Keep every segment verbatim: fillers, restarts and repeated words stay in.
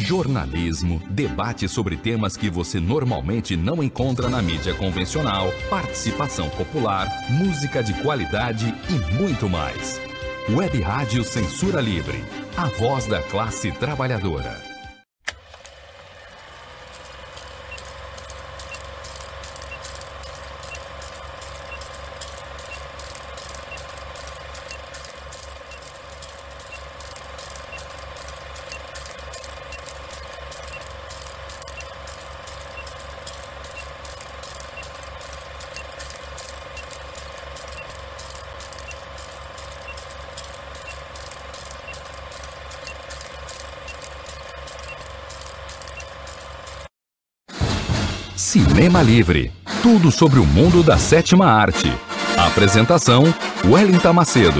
Jornalismo, debate sobre temas que você normalmente não encontra na mídia convencional, participação popular, música de qualidade e muito mais. Web Rádio Censura Livre, a voz da classe trabalhadora. Cinema Livre, tudo sobre o mundo da sétima arte. Apresentação, Wellington Macedo.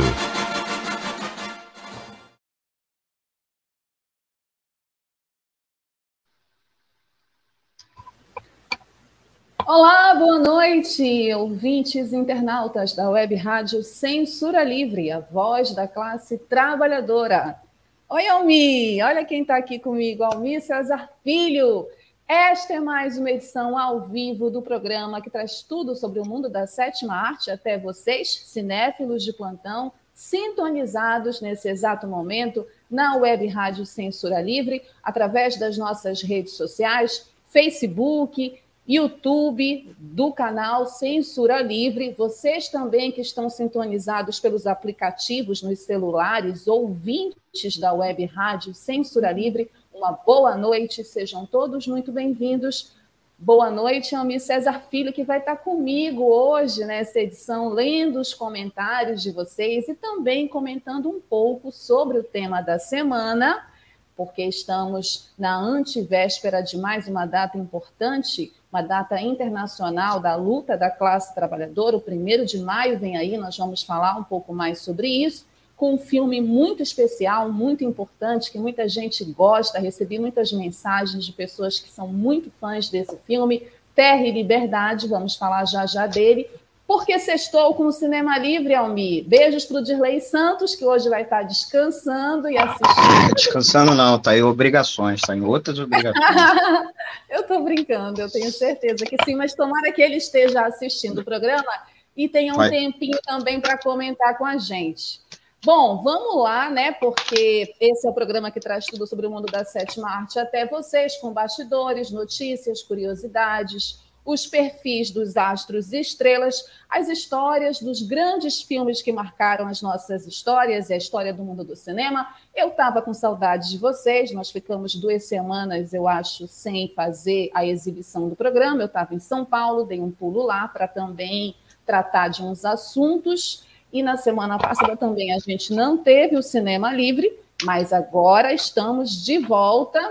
Olá, boa noite, ouvintes e internautas da Web Rádio Censura Livre, a voz da classe trabalhadora. Oi, Almi, olha quem está aqui comigo, Almi César Filho. Esta é mais uma edição ao vivo do programa que traz tudo sobre o mundo da sétima arte até vocês, cinéfilos de plantão, sintonizados nesse exato momento na Web Rádio Censura Livre, através das nossas redes sociais, Facebook, YouTube, do canal Censura Livre. Vocês também que estão sintonizados pelos aplicativos nos celulares, ouvintes da Web Rádio Censura Livre, uma boa noite, sejam todos muito bem-vindos. Boa noite, Almi César Filho, que vai estar comigo hoje nessa edição, lendo os comentários de vocês e também comentando um pouco sobre o tema da semana, porque estamos na antevéspera de mais uma data importante, uma data internacional da luta da classe trabalhadora. O primeiro de maio vem aí, nós vamos falar um pouco mais sobre isso, com um filme muito especial, muito importante, que muita gente gosta. Recebi muitas mensagens de pessoas que são muito fãs desse filme, Terra e Liberdade, vamos falar já já dele, porque sextou com o Cinema Livre, Almi. Beijos para o Dirley Santos, que hoje vai estar descansando e assistindo. Descansando não, está em obrigações, está em outras obrigações. Eu estou brincando, eu tenho certeza que sim, mas tomara que ele esteja assistindo o programa e tenha um vai. tempinho também para comentar com a gente. Bom, vamos lá, né? Porque esse é o programa que traz tudo sobre o mundo da sétima arte até vocês, com bastidores, notícias, curiosidades, os perfis dos astros e estrelas, as histórias dos grandes filmes que marcaram as nossas histórias e a história do mundo do cinema. Eu estava com saudade de vocês, nós ficamos duas semanas, eu acho, sem fazer a exibição do programa. Eu estava em São Paulo, dei um pulo lá para também tratar de uns assuntos. E na semana passada também a gente não teve o Cinema Livre, mas agora estamos de volta.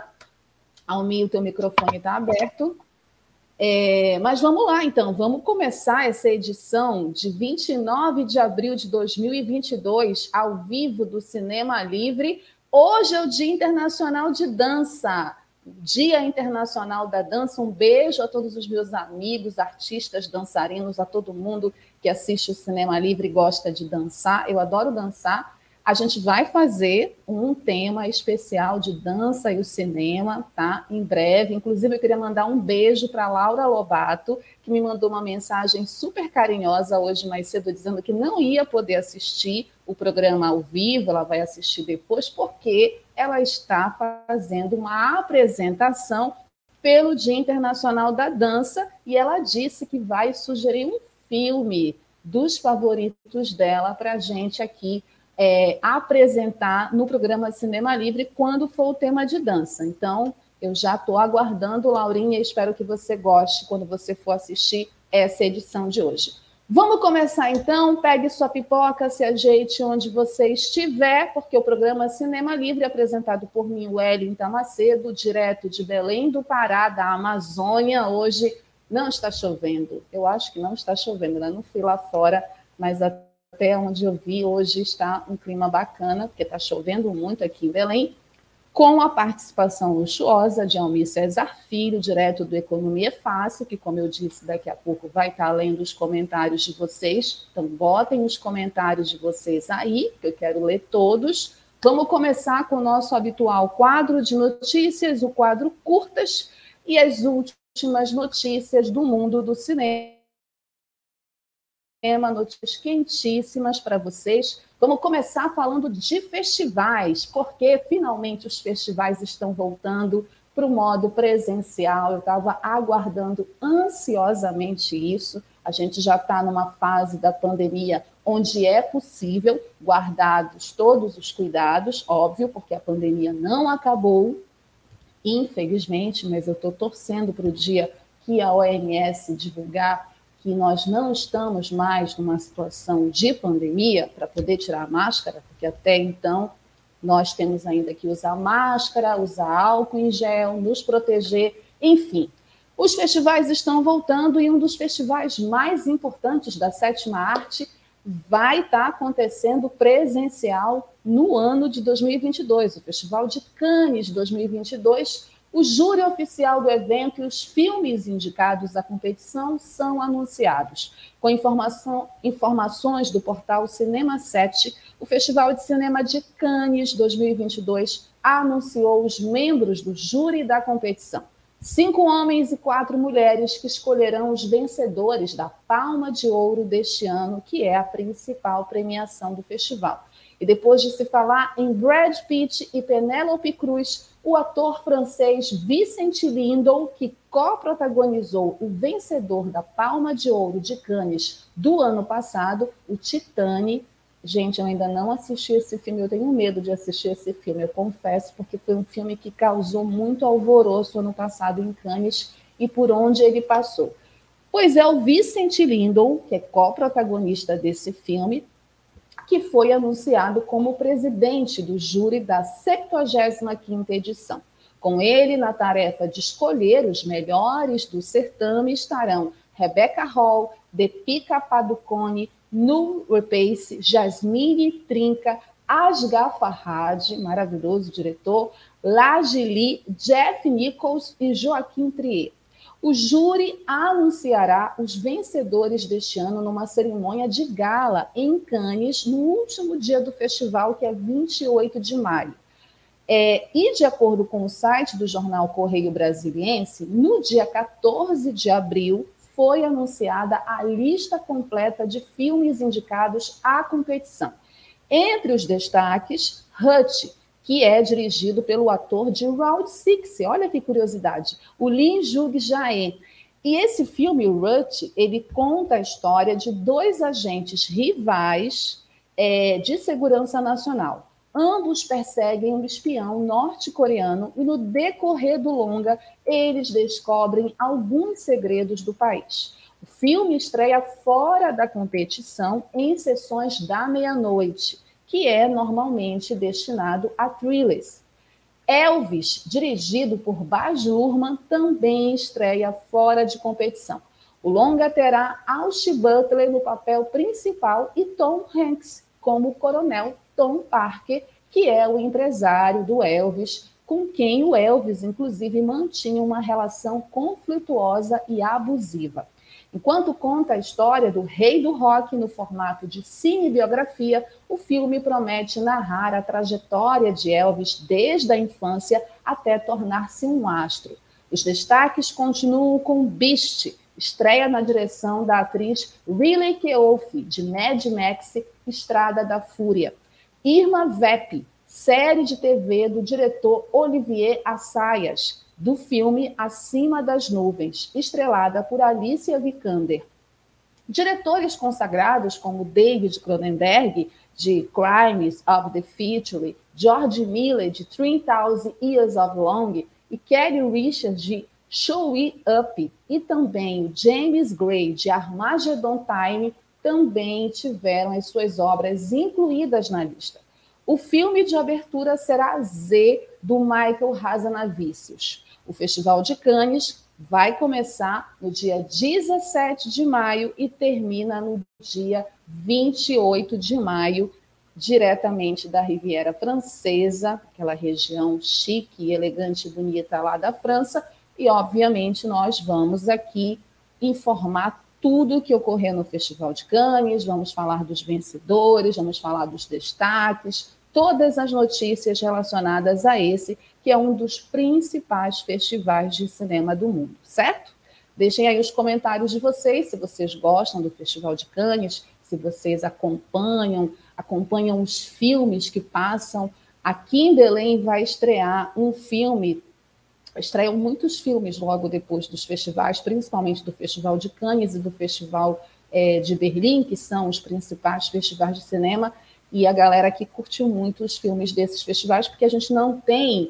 Almi, o teu microfone está aberto. É, mas vamos lá, então. Vamos começar essa edição de vinte e nove de abril de dois mil e vinte e dois, ao vivo do Cinema Livre. Hoje é o Dia Internacional de Dança. Dia Internacional da Dança. Um beijo a todos os meus amigos, artistas, dançarinos, a todo mundo que assiste o Cinema Livre e gosta de dançar. Eu adoro dançar. A gente vai fazer um tema especial de dança e o cinema, tá? Em breve. Inclusive, eu queria mandar um beijo para Laura Lobato, que me mandou uma mensagem super carinhosa hoje mais cedo, dizendo que não ia poder assistir o programa ao vivo, ela vai assistir depois, porque ela está fazendo uma apresentação pelo Dia Internacional da Dança, e ela disse que vai sugerir um filme dos favoritos dela para a gente aqui é, apresentar no programa Cinema Livre quando for o tema de dança. Então, eu já estou aguardando, Laurinha, e espero que você goste quando você for assistir essa edição de hoje. Vamos começar, então. Pegue sua pipoca, se ajeite onde você estiver, porque o programa Cinema Livre é apresentado por mim, Wellington Macedo, direto de Belém do Pará, da Amazônia. Hoje não está chovendo. Eu acho que não está chovendo, né? Não fui lá fora, mas até onde eu vi, hoje está um clima bacana, porque está chovendo muito aqui em Belém, com a participação luxuosa de Almi César Filho, direto do Economia Fácil, que, como eu disse, daqui a pouco vai estar lendo os comentários de vocês. Então, botem os comentários de vocês aí, que eu quero ler todos. Vamos começar com o nosso habitual quadro de notícias, o quadro curtas e as últimas notícias do mundo do cinema. Notícias quentíssimas para vocês. Vamos começar falando de festivais, porque finalmente os festivais estão voltando para o modo presencial. Eu estava aguardando ansiosamente isso. A gente já está numa fase da pandemia onde é possível, guardados todos os cuidados, óbvio, porque a pandemia não acabou, infelizmente, mas eu estou torcendo para o dia que a O M S divulgar que nós não estamos mais numa situação de pandemia para poder tirar a máscara, porque até então nós temos ainda que usar máscara, usar álcool em gel, nos proteger, enfim. Os festivais estão voltando e um dos festivais mais importantes da sétima arte vai estar acontecendo presencial no ano de dois mil e vinte e dois, o Festival de Cannes dois mil e vinte e dois. O júri oficial do evento e os filmes indicados à competição são anunciados. Com informação, informações do portal Cinema sete, o Festival de Cinema de Cannes dois mil e vinte e dois anunciou os membros do júri da competição. Cinco homens e quatro mulheres que escolherão os vencedores da Palma de Ouro deste ano, que é a principal premiação do festival. E depois de se falar em Brad Pitt e Penélope Cruz, o ator francês Vicente Lindon, que co-protagonizou o vencedor da Palma de Ouro de Cannes do ano passado, o Titane. Gente, eu ainda não assisti esse filme, eu tenho medo de assistir esse filme, eu confesso, porque foi um filme que causou muito alvoroço ano passado em Cannes e por onde ele passou. Pois é, o Vicente Lindon, que é co-protagonista desse filme, que foi anunciado como presidente do júri da septuagésima quinta edição. Com ele, na tarefa de escolher os melhores do certame, estarão Rebecca Hall, Deepika Padukone, Noor Rapace, Jasmine Trinca, Asghar Farhadi, maravilhoso diretor, Laji Lee, Jeff Nichols e Joaquim Trier. O júri anunciará os vencedores deste ano numa cerimônia de gala em Cannes, no último dia do festival, que é vinte e oito de maio. É, e, de acordo com o site do jornal Correio Brasiliense, no dia quatorze de abril, foi anunciada a lista completa de filmes indicados à competição. Entre os destaques, Hut, que é dirigido pelo ator de Round Six, olha que curiosidade, o Lee Jung-jae. E esse filme, o Rut, ele conta a história de dois agentes rivais é, de segurança nacional. Ambos perseguem um espião norte-coreano e, no decorrer do longa, eles descobrem alguns segredos do país. O filme estreia fora da competição em sessões da meia-noite, que é normalmente destinado a thrillers. Elvis, dirigido por Baz Luhrmann, também estreia fora de competição. O longa terá Austin Butler no papel principal e Tom Hanks como o coronel Tom Parker, que é o empresário do Elvis, com quem o Elvis, inclusive, mantinha uma relação conflituosa e abusiva. Enquanto conta a história do rei do rock no formato de cinebiografia, o filme promete narrar a trajetória de Elvis desde a infância até tornar-se um astro. Os destaques continuam com Beast, estreia na direção da atriz Riley Keough, de Mad Max, Estrada da Fúria. Irma Vep, série de T V do diretor Olivier Assayas, do filme Acima das Nuvens, estrelada por Alicia Vikander. Diretores consagrados como David Cronenberg, de Crimes of the Future, George Miller, de three thousand Years of Longing, e Kelly Richards, de Show It Up, e também James Gray, de Armageddon Time, também tiveram as suas obras incluídas na lista. O filme de abertura será Z, do Michael Hazanavicius. O Festival de Cannes vai começar no dia dezessete de maio e termina no dia vinte e oito de maio, diretamente da Riviera Francesa, aquela região chique, elegante e bonita lá da França. E, obviamente, nós vamos aqui informar tudo o que ocorrer no Festival de Cannes, vamos falar dos vencedores, vamos falar dos destaques, todas as notícias relacionadas a esse, que é um dos principais festivais de cinema do mundo, certo? Deixem aí os comentários de vocês, se vocês gostam do Festival de Cannes, se vocês acompanham, acompanham os filmes que passam. Aqui em Belém vai estrear um filme, estreiam muitos filmes logo depois dos festivais, principalmente do Festival de Cannes e do Festival é, de Berlim, que são os principais festivais de cinema, e a galera aqui curtiu muito os filmes desses festivais, porque a gente não tem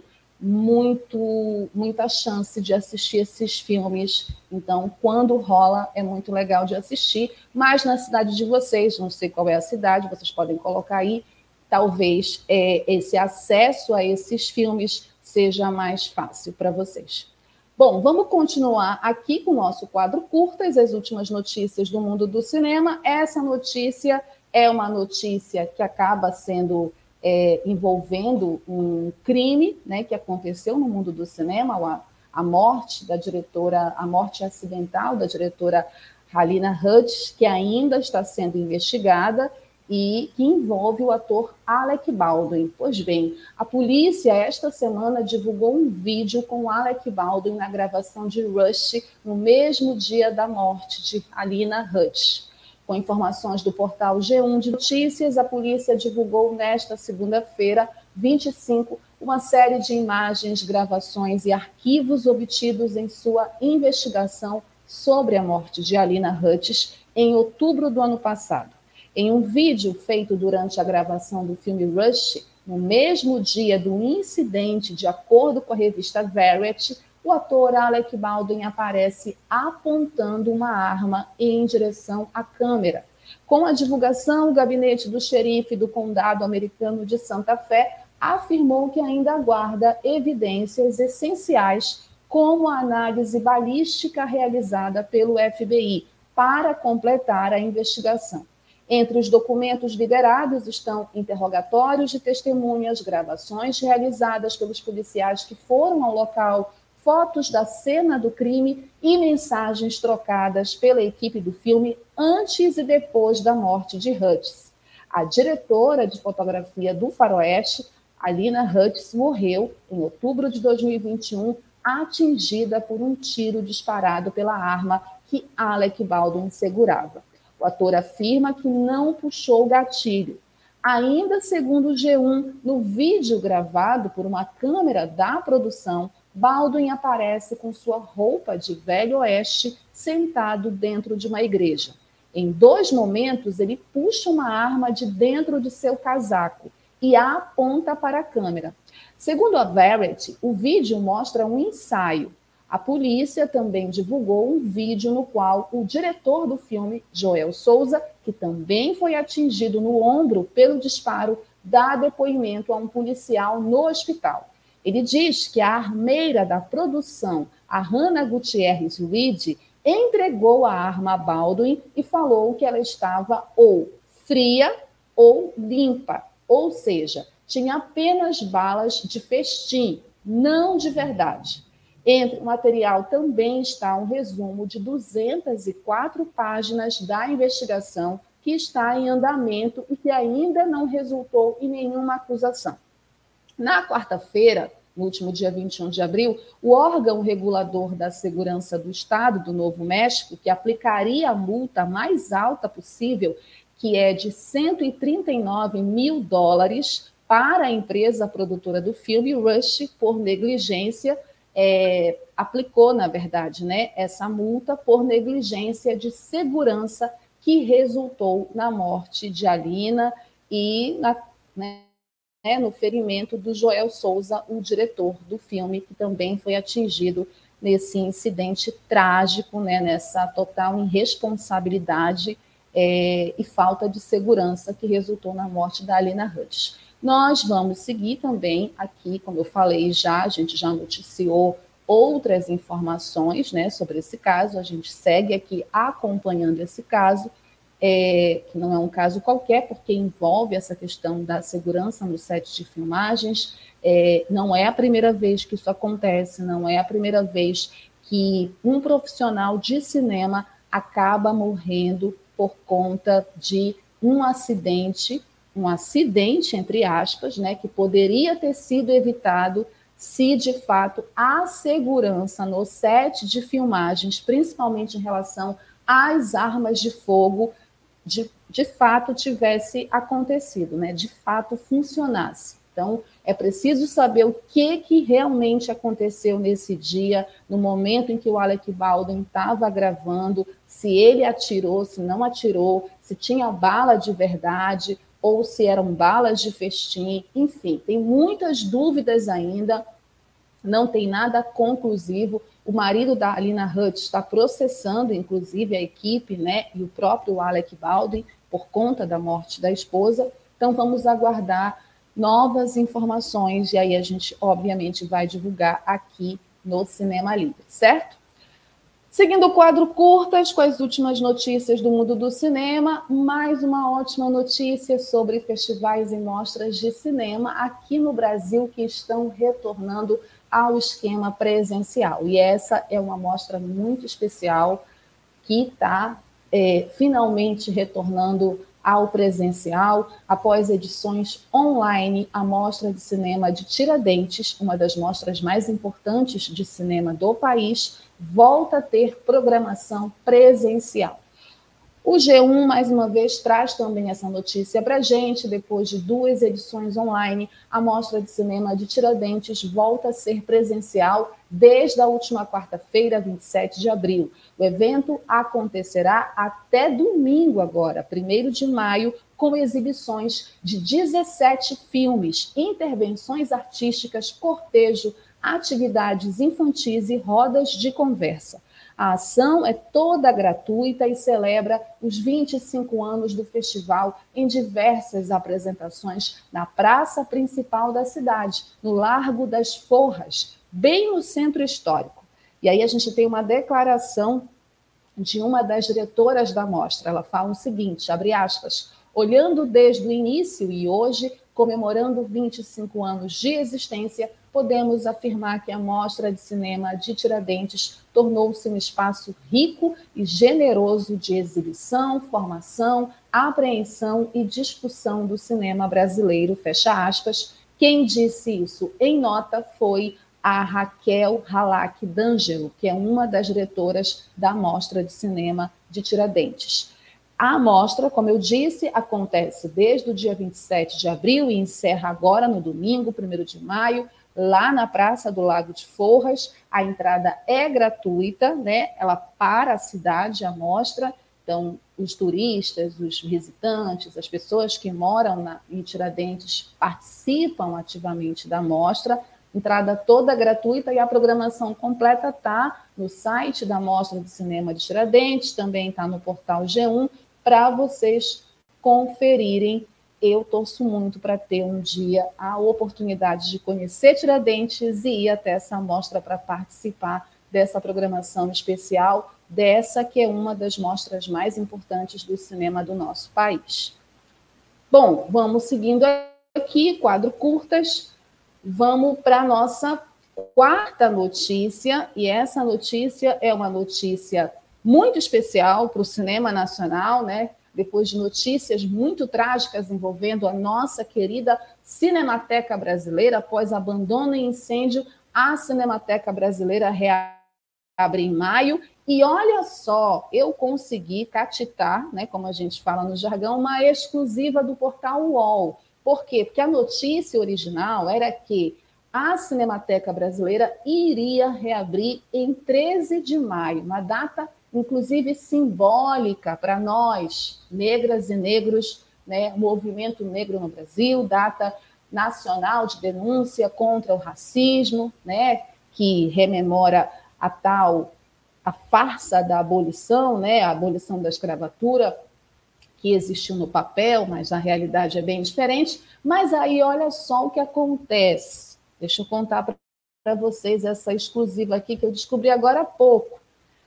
muito, muita chance de assistir esses filmes. Então, quando rola, é muito legal de assistir. Mas na cidade de vocês, não sei qual é a cidade, vocês podem colocar aí, talvez é, esse acesso a esses filmes seja mais fácil para vocês. Bom, vamos continuar aqui com o nosso quadro Curtas, as últimas notícias do mundo do cinema. Essa notícia é uma notícia que acaba sendo é, envolvendo um crime, né, que aconteceu no mundo do cinema, a, a morte da diretora, a morte acidental da diretora Halyna Hutchins, que ainda está sendo investigada e que envolve o ator Alec Baldwin. Pois bem, a polícia esta semana divulgou um vídeo com Alec Baldwin na gravação de Rush no mesmo dia da morte de Halyna Hutchins. Com informações do portal G um de Notícias, a polícia divulgou nesta segunda-feira, vinte e cinco, uma série de imagens, gravações e arquivos obtidos em sua investigação sobre a morte de Halyna Hutchins em outubro do ano passado. Em um vídeo feito durante a gravação do filme Rush, no mesmo dia do incidente, de acordo com a revista Variety, o ator Alec Baldwin aparece apontando uma arma em direção à câmera. Com a divulgação, o gabinete do xerife do condado americano de Santa Fé afirmou que ainda aguarda evidências essenciais, como a análise balística realizada pelo F B I, para completar a investigação. Entre os documentos liberados estão interrogatórios de testemunhas, gravações realizadas pelos policiais que foram ao local, fotos da cena do crime e mensagens trocadas pela equipe do filme antes e depois da morte de Hutchins. A diretora de fotografia do Faroeste, Halyna Hutchins, morreu em outubro de dois mil e vinte e um, atingida por um tiro disparado pela arma que Alec Baldwin segurava. O ator afirma que não puxou o gatilho. Ainda segundo o G um, no vídeo gravado por uma câmera da produção, Baldwin aparece com sua roupa de velho oeste sentado dentro de uma igreja. Em dois momentos, ele puxa uma arma de dentro de seu casaco e a aponta para a câmera. Segundo a Variety, o vídeo mostra um ensaio. A polícia também divulgou um vídeo no qual o diretor do filme, Joel Souza, que também foi atingido no ombro pelo disparo, dá depoimento a um policial no hospital. Ele diz que a armeira da produção, a Hannah Gutierrez Reed, entregou a arma a Baldwin e falou que ela estava ou fria ou limpa, ou seja, tinha apenas balas de festim, não de verdade. Entre o material também está um resumo de duzentas e quatro páginas da investigação que está em andamento e que ainda não resultou em nenhuma acusação. Na quarta-feira, no último dia vinte e um de abril, o órgão regulador da segurança do Estado do Novo México, que aplicaria a multa mais alta possível, que é de cento e trinta e nove mil dólares, para a empresa produtora do filme Rush por negligência, é, aplicou, na verdade, né, essa multa por negligência de segurança que resultou na morte de Halyna e na, né, no ferimento do Joel Souza, o diretor do filme, que também foi atingido nesse incidente trágico, né, nessa total irresponsabilidade é, e falta de segurança que resultou na morte da Halyna Hutchins. Nós vamos seguir também aqui, como eu falei já, a gente já noticiou outras informações, né, sobre esse caso, a gente segue aqui acompanhando esse caso, é, que não é um caso qualquer, porque envolve essa questão da segurança no set de filmagens, é, não é a primeira vez que isso acontece, não é a primeira vez que um profissional de cinema acaba morrendo por conta de um acidente um acidente, entre aspas, né, que poderia ter sido evitado se, de fato, a segurança no set de filmagens, principalmente em relação às armas de fogo, de, de fato tivesse acontecido, né, de fato funcionasse. Então, é preciso saber o que, que realmente aconteceu nesse dia, no momento em que o Alec Baldwin estava gravando, se ele atirou, se não atirou, se tinha bala de verdade, ou se eram balas de festim, enfim, tem muitas dúvidas ainda, não tem nada conclusivo. O marido da Alina Hutt está processando, inclusive, a equipe, né, e o próprio Alec Baldwin, por conta da morte da esposa. Então, vamos aguardar novas informações, e aí a gente, obviamente, vai divulgar aqui no Cinema Livre, certo? Seguindo o quadro curtas, com as últimas notícias do mundo do cinema, mais uma ótima notícia sobre festivais e mostras de cinema aqui no Brasil que estão retornando ao esquema presencial. E essa é uma mostra muito especial que está é, finalmente retornando ao presencial, após edições online. A Mostra de Cinema de Tiradentes, uma das mostras mais importantes de cinema do país, volta a ter programação presencial. O G um, mais uma vez, traz também essa notícia para a gente. Depois de duas edições online, a Mostra de Cinema de Tiradentes volta a ser presencial desde a última quarta-feira, vinte e sete de abril. O evento acontecerá até domingo agora, primeiro de maio, com exibições de dezessete filmes, intervenções artísticas, cortejo, atividades infantis e rodas de conversa. A ação é toda gratuita e celebra os vinte e cinco anos do festival em diversas apresentações na praça principal da cidade, no Largo das Forras, bem no centro histórico. E aí a gente tem uma declaração de uma das diretoras da mostra. Ela fala o seguinte, abre aspas, olhando desde o início e hoje, comemorando vinte e cinco anos de existência, podemos afirmar que a Mostra de Cinema de Tiradentes tornou-se um espaço rico e generoso de exibição, formação, apreensão e discussão do cinema brasileiro, fecha aspas. Quem disse isso em nota foi a Raquel Halak D'Angelo, que é uma das diretoras da Mostra de Cinema de Tiradentes. A mostra, como eu disse, acontece desde o dia vinte e sete de abril e encerra agora no domingo, primeiro de maio, lá na Praça do Lago de Forras. A entrada é gratuita, né? Ela para a cidade, a mostra. Então, os turistas, os visitantes, as pessoas que moram na, em Tiradentes participam ativamente da mostra. Entrada toda gratuita e a programação completa está no site da Mostra de Cinema de Tiradentes, também está no portal G um, para vocês conferirem. Eu torço muito para ter um dia a oportunidade de conhecer Tiradentes e ir até essa mostra para participar dessa programação especial, dessa que é uma das mostras mais importantes do cinema do nosso país. Bom, vamos seguindo aqui, quadro curtas. Vamos para a nossa quarta notícia, e essa notícia é uma notícia muito especial para o cinema nacional, né? Depois de notícias muito trágicas envolvendo a nossa querida Cinemateca Brasileira, após abandono e incêndio, a Cinemateca Brasileira reabre em maio, e olha só, eu consegui catitar, né, como a gente fala no jargão, uma exclusiva do portal U O L. Por quê? Porque a notícia original era que a Cinemateca Brasileira iria reabrir em treze de maio, uma data, inclusive, simbólica para nós, negras e negros, né, movimento negro no Brasil, data nacional de denúncia contra o racismo, né, que rememora a tal, a farsa da abolição, né, a abolição da escravatura, que existiu no papel, mas na realidade é bem diferente. Mas aí, olha só o que acontece. Deixa eu contar para vocês essa exclusiva aqui que eu descobri agora há pouco.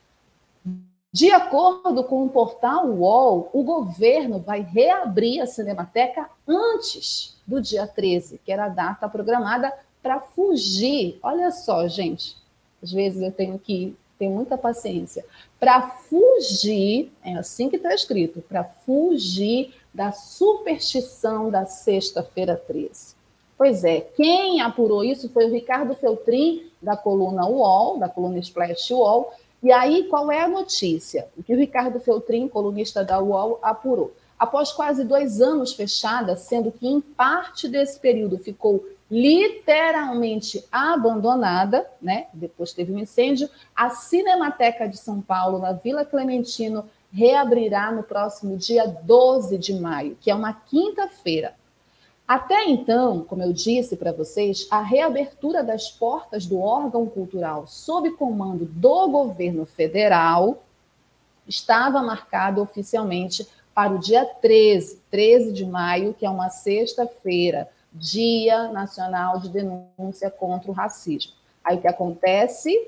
De acordo com o portal U O L, o governo vai reabrir a Cinemateca antes do dia treze, que era a data programada para fugir. Olha só, gente, às vezes eu tenho que ter muita paciência. Para fugir, é assim que está escrito, para fugir da superstição da sexta-feira treze. Pois é, quem apurou isso foi o Ricardo Feltrin, da coluna U O L, da coluna Splash U O L. E aí, qual é a notícia? O que o Ricardo Feltrin, colunista da U O L, apurou. Após quase dois anos fechada, sendo que em parte desse período ficou literalmente abandonada, né? Depois teve um incêndio, a Cinemateca de São Paulo, na Vila Clementino, reabrirá no próximo dia doze de maio, que é uma quinta-feira. Até então, como eu disse para vocês, a reabertura das portas do órgão cultural sob comando do governo federal estava marcada oficialmente para o dia treze, treze de maio, que é uma sexta-feira, Dia Nacional de Denúncia contra o Racismo. Aí o que acontece?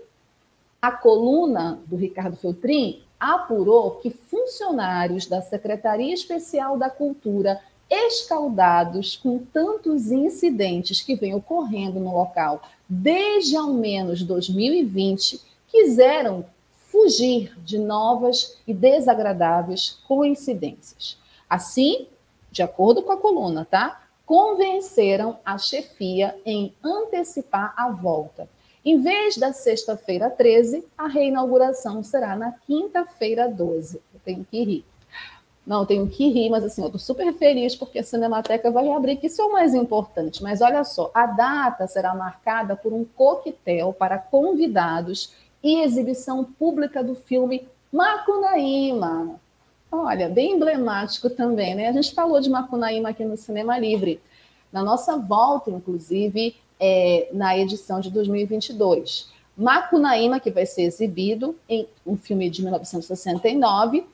A coluna do Ricardo Feltrin apurou que funcionários da Secretaria Especial da Cultura, escaldados com tantos incidentes que vêm ocorrendo no local desde ao menos dois mil e vinte, quiseram fugir de novas e desagradáveis coincidências. Assim, de acordo com a coluna, tá? Convenceram a chefia em antecipar a volta. Em vez da sexta-feira treze, a reinauguração será na quinta-feira doze. Eu tenho que rir. Não, tenho que rir, mas assim, eu estou super feliz porque a Cinemateca vai abrir, que isso é o mais importante. Mas olha só, a data será marcada por um coquetel para convidados e exibição pública do filme Macunaíma. Olha, bem emblemático também, né? A gente falou de Macunaíma aqui no Cinema Livre, na nossa volta, inclusive, é, na edição de dois mil e vinte e dois. Macunaíma, que vai ser exibido em um filme de mil novecentos e sessenta e nove,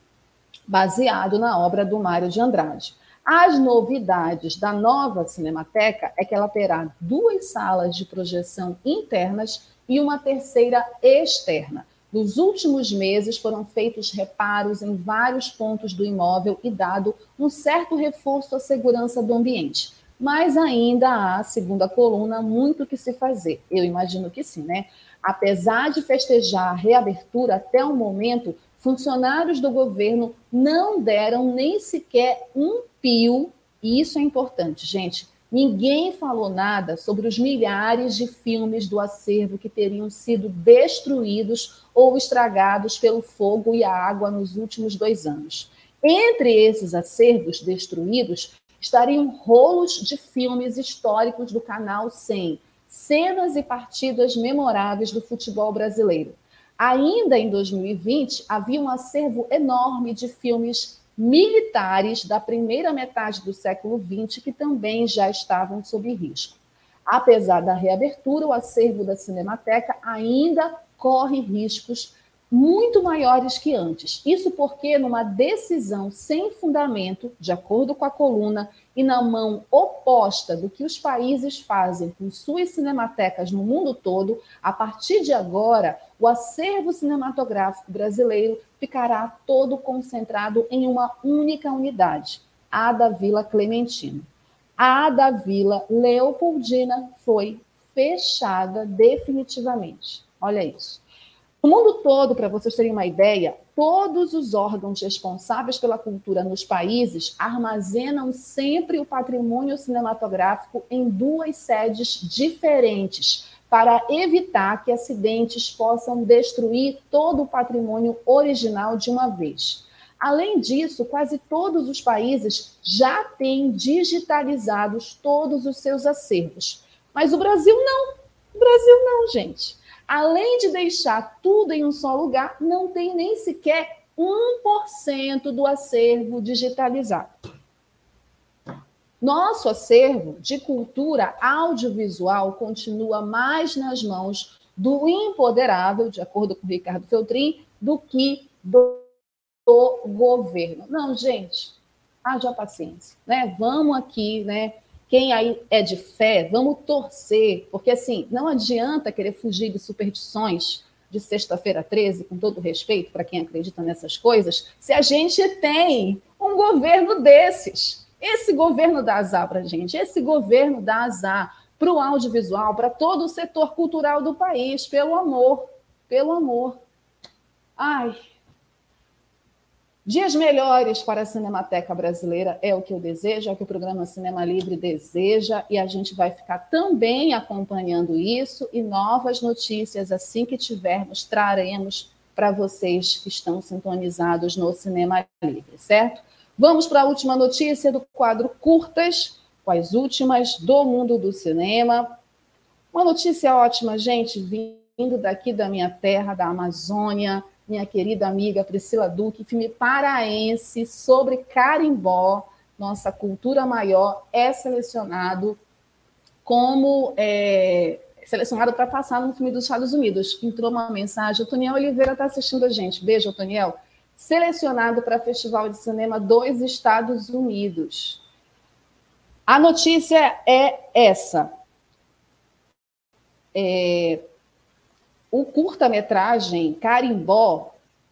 baseado na obra do Mário de Andrade. As novidades da nova Cinemateca é que ela terá duas salas de projeção internas e uma terceira externa. Nos últimos meses foram feitos reparos em vários pontos do imóvel e dado um certo reforço à segurança do ambiente. Mas ainda há, segundo a coluna, muito o que se fazer. Eu imagino que sim, né? Apesar de festejar a reabertura até o momento, funcionários do governo não deram nem sequer um pio, e isso é importante, gente. Ninguém falou nada sobre os milhares de filmes do acervo que teriam sido destruídos ou estragados pelo fogo e a água nos últimos dois anos. Entre esses acervos destruídos estariam rolos de filmes históricos do Canal cem, cenas e partidas memoráveis do futebol brasileiro. Ainda em dois mil e vinte, havia um acervo enorme de filmes militares da primeira metade do século vinte que também já estavam sob risco. Apesar da reabertura, o acervo da Cinemateca ainda corre riscos muito maiores que antes. Isso porque, numa decisão sem fundamento, de acordo com a coluna, e na mão oposta do que os países fazem com suas cinematecas no mundo todo, a partir de agora, o acervo cinematográfico brasileiro ficará todo concentrado em uma única unidade, a da Vila Clementino. A da Vila Leopoldina foi fechada definitivamente. Olha isso. No mundo todo, para vocês terem uma ideia, todos os órgãos responsáveis pela cultura nos países armazenam sempre o patrimônio cinematográfico em duas sedes diferentes, para evitar que acidentes possam destruir todo o patrimônio original de uma vez. Além disso, quase todos os países já têm digitalizados todos os seus acervos. Mas o Brasil não. O Brasil não, gente. Além de deixar tudo em um só lugar, não tem nem sequer um por cento do acervo digitalizado. Nosso acervo de cultura audiovisual continua mais nas mãos do empoderável, de acordo com o Ricardo Feltrin, do que do, do governo. Não, gente, haja paciência, né? Vamos aqui, né? Quem aí é de fé, vamos torcer, porque assim, não adianta querer fugir de superstições de sexta-feira treze, com todo respeito para quem acredita nessas coisas, se a gente tem um governo desses. Esse governo dá azar para a gente, esse governo dá azar para o audiovisual, para todo o setor cultural do país, pelo amor, pelo amor. Ai, Dias melhores para a Cinemateca Brasileira é o que eu desejo, é o que o programa Cinema Livre deseja, e a gente vai ficar também acompanhando isso, e novas notícias, assim que tivermos, traremos para vocês que estão sintonizados no Cinema Livre, certo? Vamos para a última notícia do quadro Curtas, com as últimas do mundo do cinema. Uma notícia ótima, gente, vindo daqui da minha terra, da Amazônia, minha querida amiga Priscila Duque, filme paraense sobre carimbó, nossa cultura maior, é selecionado como é, selecionado para passar no filme dos Estados Unidos. Entrou uma mensagem, o Toniel Oliveira está assistindo a gente, beijo, Toniel. Selecionado para Festival de Cinema dos Estados Unidos. A notícia é essa. É... O curta-metragem Carimbó,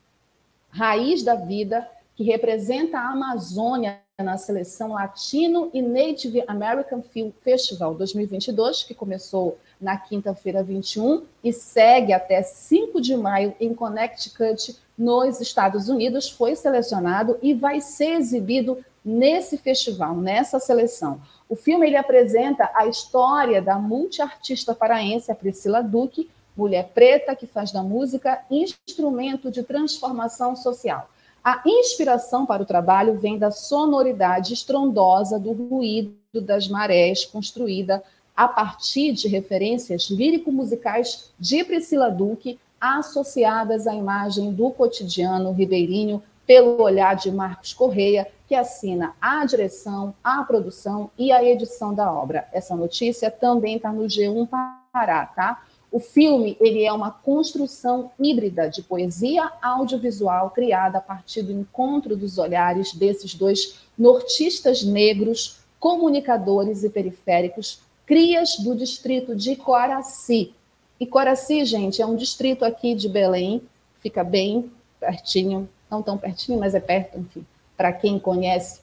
Raiz da Vida, que representa a Amazônia na seleção Latino e Native American Film Festival dois mil e vinte e dois, que começou na quinta-feira vinte e um e segue até cinco de maio em Connecticut, nos Estados Unidos, foi selecionado e vai ser exibido nesse festival, nessa seleção. O filme ele apresenta a história da multiartista paraense, a Priscila Duque, mulher preta que faz da música instrumento de transformação social. A inspiração para o trabalho vem da sonoridade estrondosa do ruído das marés, construída a partir de referências lírico-musicais de Priscila Duque, associadas à imagem do cotidiano ribeirinho pelo olhar de Marcos Correia, que assina a direção, a produção e a edição da obra. Essa notícia também está no G um Pará, tá? O filme ele é uma construção híbrida de poesia audiovisual criada a partir do encontro dos olhares desses dois nortistas negros, comunicadores e periféricos, crias do distrito de Coraci. E Coraci, gente, é um distrito aqui de Belém, fica bem pertinho, não tão pertinho, mas é perto, enfim, para quem conhece,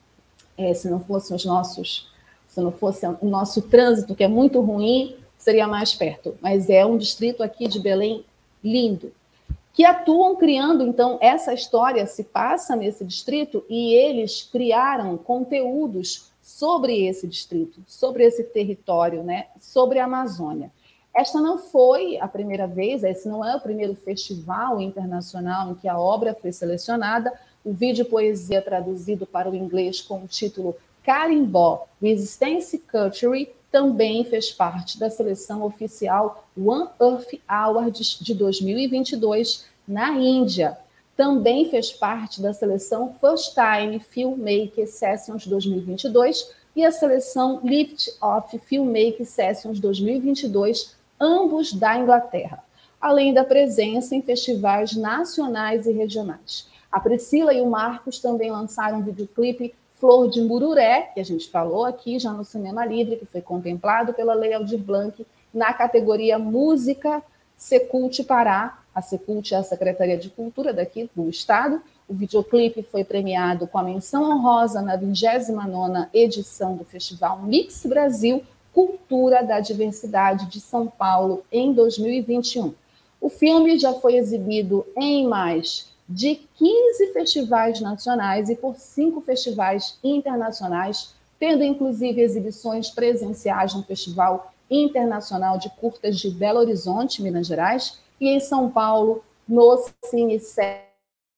é, se não fossem os nossos, se não fosse o nosso trânsito, que é muito ruim, seria mais perto, mas é um distrito aqui de Belém lindo, que atuam criando, então, essa história se passa nesse distrito e eles criaram conteúdos sobre esse distrito, sobre esse território, né, sobre a Amazônia. Esta não foi a primeira vez, esse não é o primeiro festival internacional em que a obra foi selecionada. O vídeo poesia traduzido para o inglês com o título Carimbó, Resistance Culture, também fez parte da seleção oficial One Earth Awards de dois mil e vinte e dois na Índia. Também fez parte da seleção First Time Filmmaker Sessions dois mil e vinte e dois e a seleção Lift Off Filmmaker Sessions dois mil e vinte e dois, ambos da Inglaterra, além da presença em festivais nacionais e regionais. A Priscila e o Marcos também lançaram um videoclipe Flor de Mururé, que a gente falou aqui já no Cinema Livre, que foi contemplado pela Lei Aldir Blanc na categoria Música Secult Pará. A Secult é a Secretaria de Cultura daqui do Estado. O videoclipe foi premiado com a menção honrosa na vigésima nona edição do Festival Mix Brasil Cultura da Diversidade de São Paulo em dois mil e vinte e um. O filme já foi exibido em mais de quinze festivais nacionais e por cinco festivais internacionais, tendo inclusive exibições presenciais no Festival Internacional de Curtas de Belo Horizonte, Minas Gerais, e em São Paulo, no Cine Sesc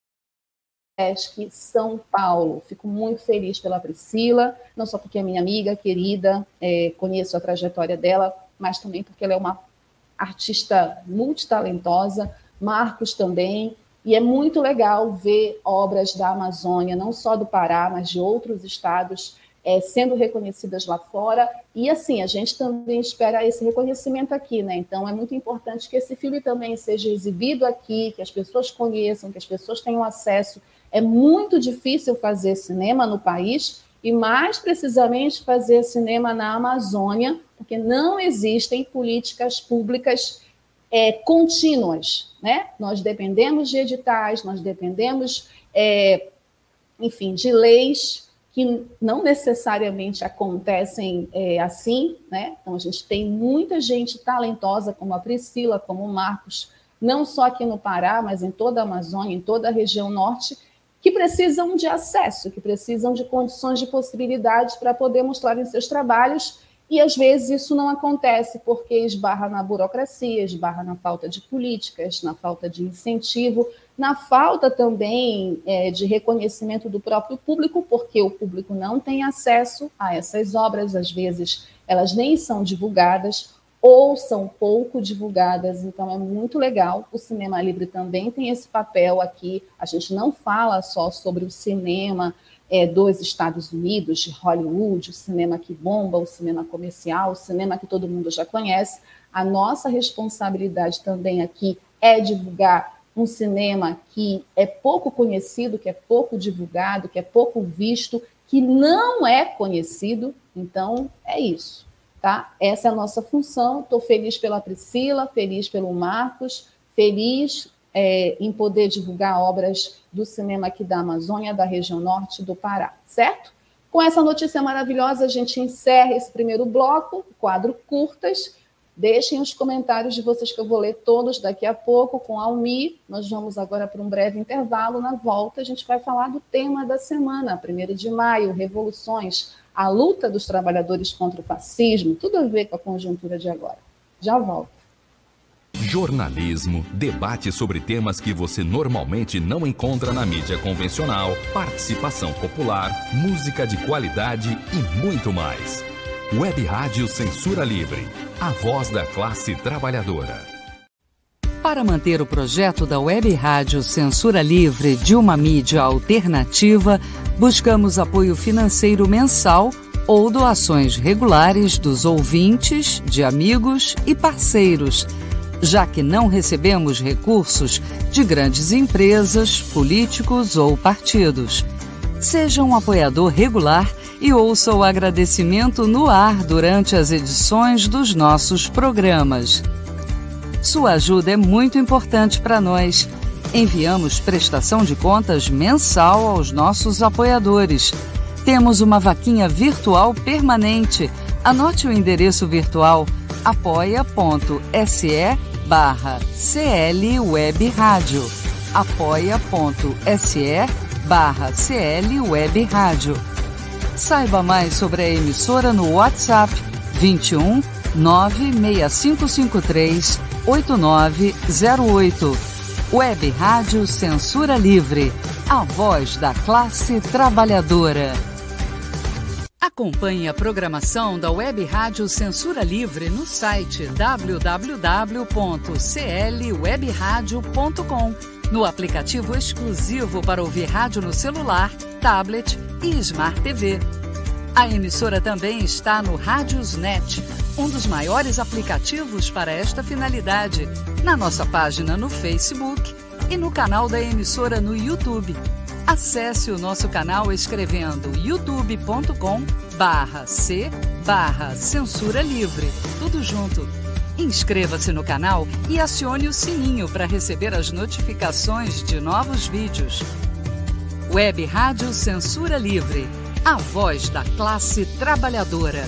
São Paulo. Fico muito feliz pela Priscila, não só porque é minha amiga querida, é, conheço a trajetória dela, mas também porque ela é uma artista multitalentosa, Marcos também, e é muito legal ver obras da Amazônia, não só do Pará, mas de outros estados, é, sendo reconhecidas lá fora. E, assim, a gente também espera esse reconhecimento aqui, né? Então, é muito importante que esse filme também seja exibido aqui, que as pessoas conheçam, que as pessoas tenham acesso. É muito difícil fazer cinema no país e, mais precisamente, fazer cinema na Amazônia, porque não existem políticas públicas É, contínuas, né? Nós dependemos de editais, nós dependemos, é, enfim, de leis que não necessariamente acontecem é, assim, né? Então, a gente tem muita gente talentosa, como a Priscila, como o Marcos, não só aqui no Pará, mas em toda a Amazônia, em toda a região norte, que precisam de acesso, que precisam de condições de possibilidades para poder mostrarem seus trabalhos, e às vezes isso não acontece porque esbarra na burocracia, esbarra na falta de políticas, na falta de incentivo, na falta também é, de reconhecimento do próprio público, porque o público não tem acesso a essas obras, às vezes elas nem são divulgadas ou são pouco divulgadas, então é muito legal. O Cinema Livre também tem esse papel aqui, a gente não fala só sobre o cinema é, dos Estados Unidos, de Hollywood, o cinema que bomba, o cinema comercial, o cinema que todo mundo já conhece. A nossa responsabilidade também aqui é divulgar um cinema que é pouco conhecido, que é pouco divulgado, que é pouco visto, que não é conhecido. Então, é isso, tá? Essa é a nossa função. Estou feliz pela Priscila, feliz pelo Marcos, feliz é, em poder divulgar obras do cinema aqui da Amazônia, da região norte do Pará, certo? Com essa notícia maravilhosa, a gente encerra esse primeiro bloco, quadro curtas. Deixem os comentários de vocês que eu vou ler todos daqui a pouco com a Almir. Nós vamos agora para um breve intervalo. Na volta, a gente vai falar do tema da semana, primeiro de maio, revoluções, a luta dos trabalhadores contra o fascismo, tudo a ver com a conjuntura de agora. Já volto. Jornalismo, debate sobre temas que você normalmente não encontra na mídia convencional, participação popular, música de qualidade e muito mais. Web Rádio Censura Livre, a voz da classe trabalhadora. Para manter o projeto da Web Rádio Censura Livre de uma mídia alternativa, buscamos apoio financeiro mensal ou doações regulares dos ouvintes, de amigos e parceiros, já que não recebemos recursos de grandes empresas, políticos ou partidos. Seja um apoiador regular e ouça o agradecimento no ar durante as edições dos nossos programas. Sua ajuda é muito importante para nós. Enviamos prestação de contas mensal aos nossos apoiadores. Temos uma vaquinha virtual permanente. Anote o endereço virtual apoia.se barra CL Web Rádio. apoia.se barra CL Web Rádio. Saiba mais sobre a emissora no WhatsApp vinte e um, nove seis cinco cinco três, oito nove zero oito. Web Rádio Censura Livre, a voz da classe trabalhadora. Acompanhe a programação da Web Rádio Censura Livre no site w w w ponto c l web radio ponto com, no aplicativo exclusivo para ouvir rádio no celular, tablet e Smart T V. A emissora também está no Radiosnet, um dos maiores aplicativos para esta finalidade, na nossa página no Facebook e no canal da emissora no YouTube. Acesse o nosso canal escrevendo youtube ponto com barra c barra censura livre, tudo junto. Inscreva-se no canal e acione o sininho para receber as notificações de novos vídeos. Web Rádio Censura Livre, a voz da classe trabalhadora.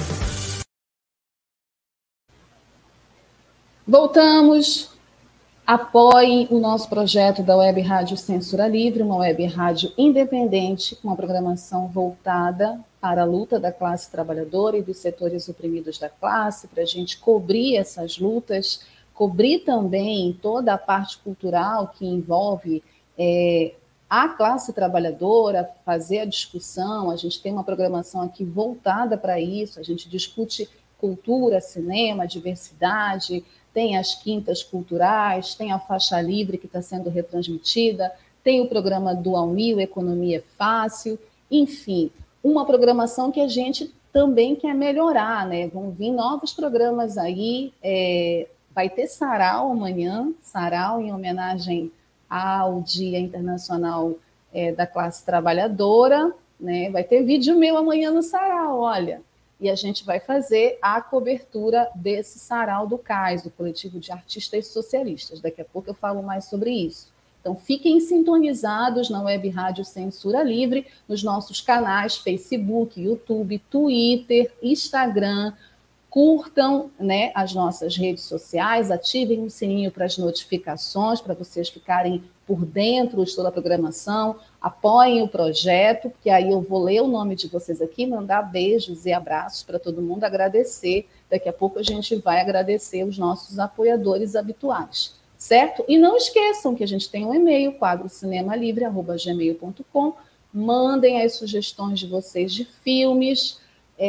Voltamos. Apoiem o nosso projeto da Web Rádio Censura Livre, uma web rádio independente, com uma programação voltada para a luta da classe trabalhadora e dos setores oprimidos da classe, para a gente cobrir essas lutas, cobrir também toda a parte cultural que envolve é, a classe trabalhadora, fazer a discussão. A gente tem uma programação aqui voltada para isso, a gente discute cultura, cinema, diversidade, tem as quintas culturais, tem a faixa livre que está sendo retransmitida, tem o programa do Almir, Economia Fácil, enfim, uma programação que a gente também quer melhorar, né? Vão vir novos programas aí, é, vai ter sarau amanhã, sarau em homenagem ao Dia Internacional é, da Classe Trabalhadora, né? Vai ter vídeo meu amanhã no sarau, olha. E a gente vai fazer a cobertura desse sarau do C A S, do Coletivo de Artistas Socialistas. Daqui a pouco eu falo mais sobre isso. Então, fiquem sintonizados na Web Rádio Censura Livre, nos nossos canais Facebook, YouTube, Twitter, Instagram, curtam, né, as nossas redes sociais, ativem o sininho para as notificações, para vocês ficarem por dentro de toda a programação, apoiem o projeto, porque aí eu vou ler o nome de vocês aqui, mandar beijos e abraços para todo mundo, agradecer. Daqui a pouco a gente vai agradecer os nossos apoiadores habituais, certo? E não esqueçam que a gente tem um e-mail, quadro cinema livre arroba gmail ponto com. Mandem as sugestões de vocês de filmes,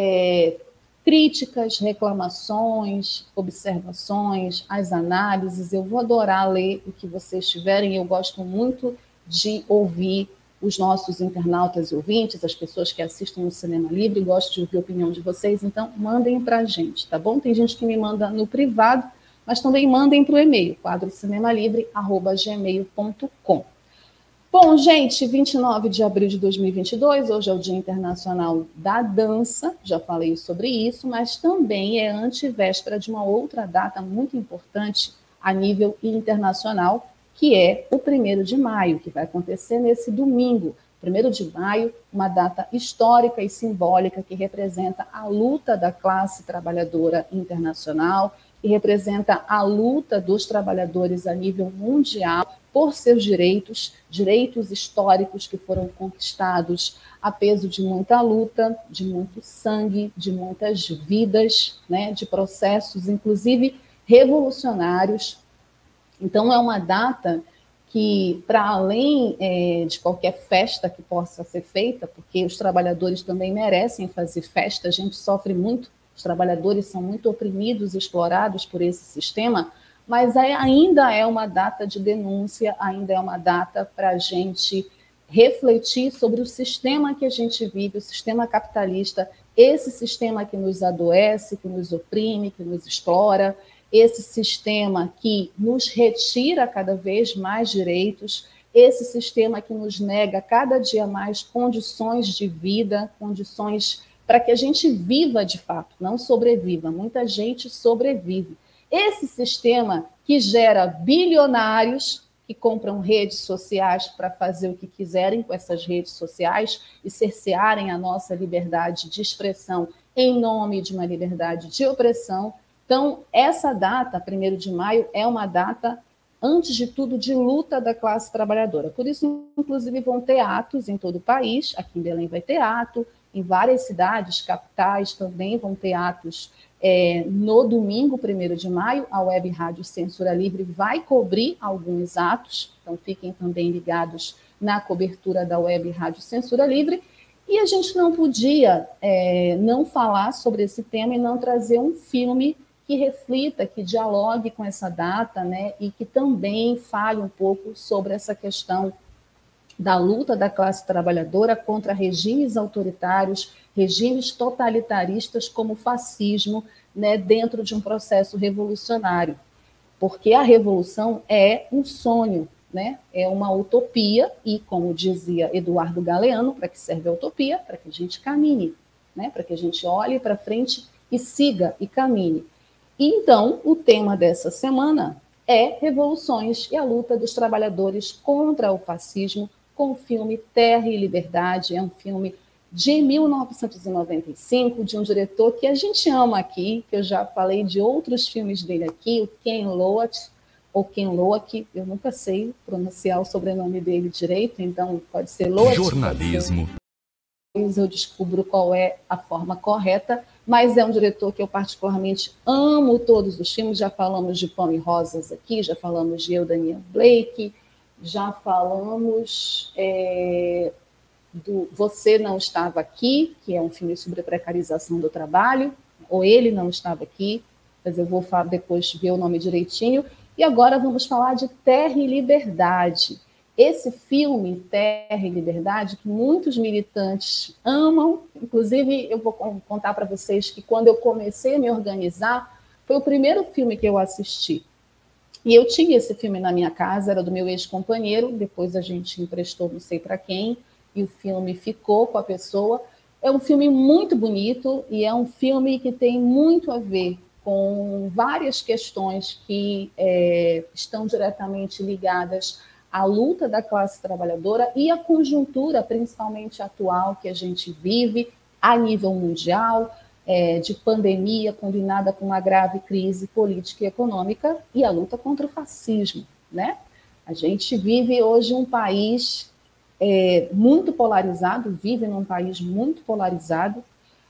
é, críticas, reclamações, observações, as análises. Eu vou adorar ler o que vocês tiverem. Eu gosto muito de ouvir os nossos internautas e ouvintes, as pessoas que assistem no Cinema Livre, gosto de ouvir a opinião de vocês, então mandem para a gente, tá bom? Tem gente que me manda no privado, mas também mandem para o e-mail, quadro cinema livre arroba gmail ponto com. Bom, gente, vinte e nove de abril de dois mil e vinte e dois, hoje é o Dia Internacional da Dança, já falei sobre isso, mas também é antevéspera de uma outra data muito importante a nível internacional, que é o primeiro de maio, que vai acontecer nesse domingo. primeiro de maio, uma data histórica e simbólica que representa a luta da classe trabalhadora internacional, que representa a luta dos trabalhadores a nível mundial por seus direitos, direitos históricos que foram conquistados a peso de muita luta, de muito sangue, de muitas vidas, né, de processos, inclusive revolucionários. Então, é uma data que, para além é, de qualquer festa que possa ser feita, porque os trabalhadores também merecem fazer festa, a gente sofre muito, os trabalhadores são muito oprimidos e explorados por esse sistema, mas é, ainda é uma data de denúncia, ainda é uma data para a gente refletir sobre o sistema que a gente vive, o sistema capitalista, esse sistema que nos adoece, que nos oprime, que nos explora, esse sistema que nos retira cada vez mais direitos, esse sistema que nos nega cada dia mais condições de vida, condições para que a gente viva de fato, não sobreviva. Muita gente sobrevive. Esse sistema que gera bilionários que compram redes sociais para fazer o que quiserem com essas redes sociais e cercearem a nossa liberdade de expressão em nome de uma liberdade de opressão. Então, essa data, primeiro de maio, é uma data, antes de tudo, de luta da classe trabalhadora. Por isso, inclusive, vão ter atos em todo o país. Aqui em Belém vai ter ato, em várias cidades, capitais também vão ter atos é, no domingo, primeiro de maio. A Web Rádio Censura Livre vai cobrir alguns atos, então fiquem também ligados na cobertura da Web Rádio Censura Livre. E a gente não podia é, não falar sobre esse tema e não trazer um filme que reflita, que dialogue com essa data, né, e que também fale um pouco sobre essa questão da luta da classe trabalhadora contra regimes autoritários, regimes totalitaristas como o fascismo, né, dentro de um processo revolucionário. Porque a revolução é um sonho, né, é uma utopia, e como dizia Eduardo Galeano, para que serve a utopia? Para que a gente caminhe, né, para que a gente olhe para frente e siga e caminhe. Então, o tema dessa semana é revoluções e a luta dos trabalhadores contra o fascismo, com o filme Terra e Liberdade. É um filme de mil novecentos e noventa e cinco, de um diretor que a gente ama aqui, que eu já falei de outros filmes dele aqui, o Ken Loach, ou Ken Loach, eu nunca sei pronunciar o sobrenome dele direito, então pode ser Loach. Jornalismo. Eu descubro qual é a forma correta, mas é um diretor que eu particularmente amo todos os filmes. Já falamos de Pão e Rosas aqui, já falamos de Eu, Daniel Blake, já falamos é, do Você Não Estava Aqui, que é um filme sobre a precarização do trabalho, ou Ele Não Estava Aqui, mas eu vou falar, depois ver o nome direitinho. E agora vamos falar de Terra e Liberdade. Esse filme, Terra e Liberdade, que muitos militantes amam, inclusive eu vou contar para vocês que quando eu comecei a me organizar, foi o primeiro filme que eu assisti. E eu tinha esse filme na minha casa, era do meu ex-companheiro, depois a gente emprestou não sei para quem, e o filme ficou com a pessoa. É um filme muito bonito e é um filme que tem muito a ver com várias questões que é, estão diretamente ligadas à luta da classe trabalhadora e à conjuntura, principalmente atual, que a gente vive a nível mundial, é, de pandemia combinada com uma grave crise política e econômica e a luta contra o fascismo, né? A gente vive hoje um país é, muito polarizado, vive num país muito polarizado,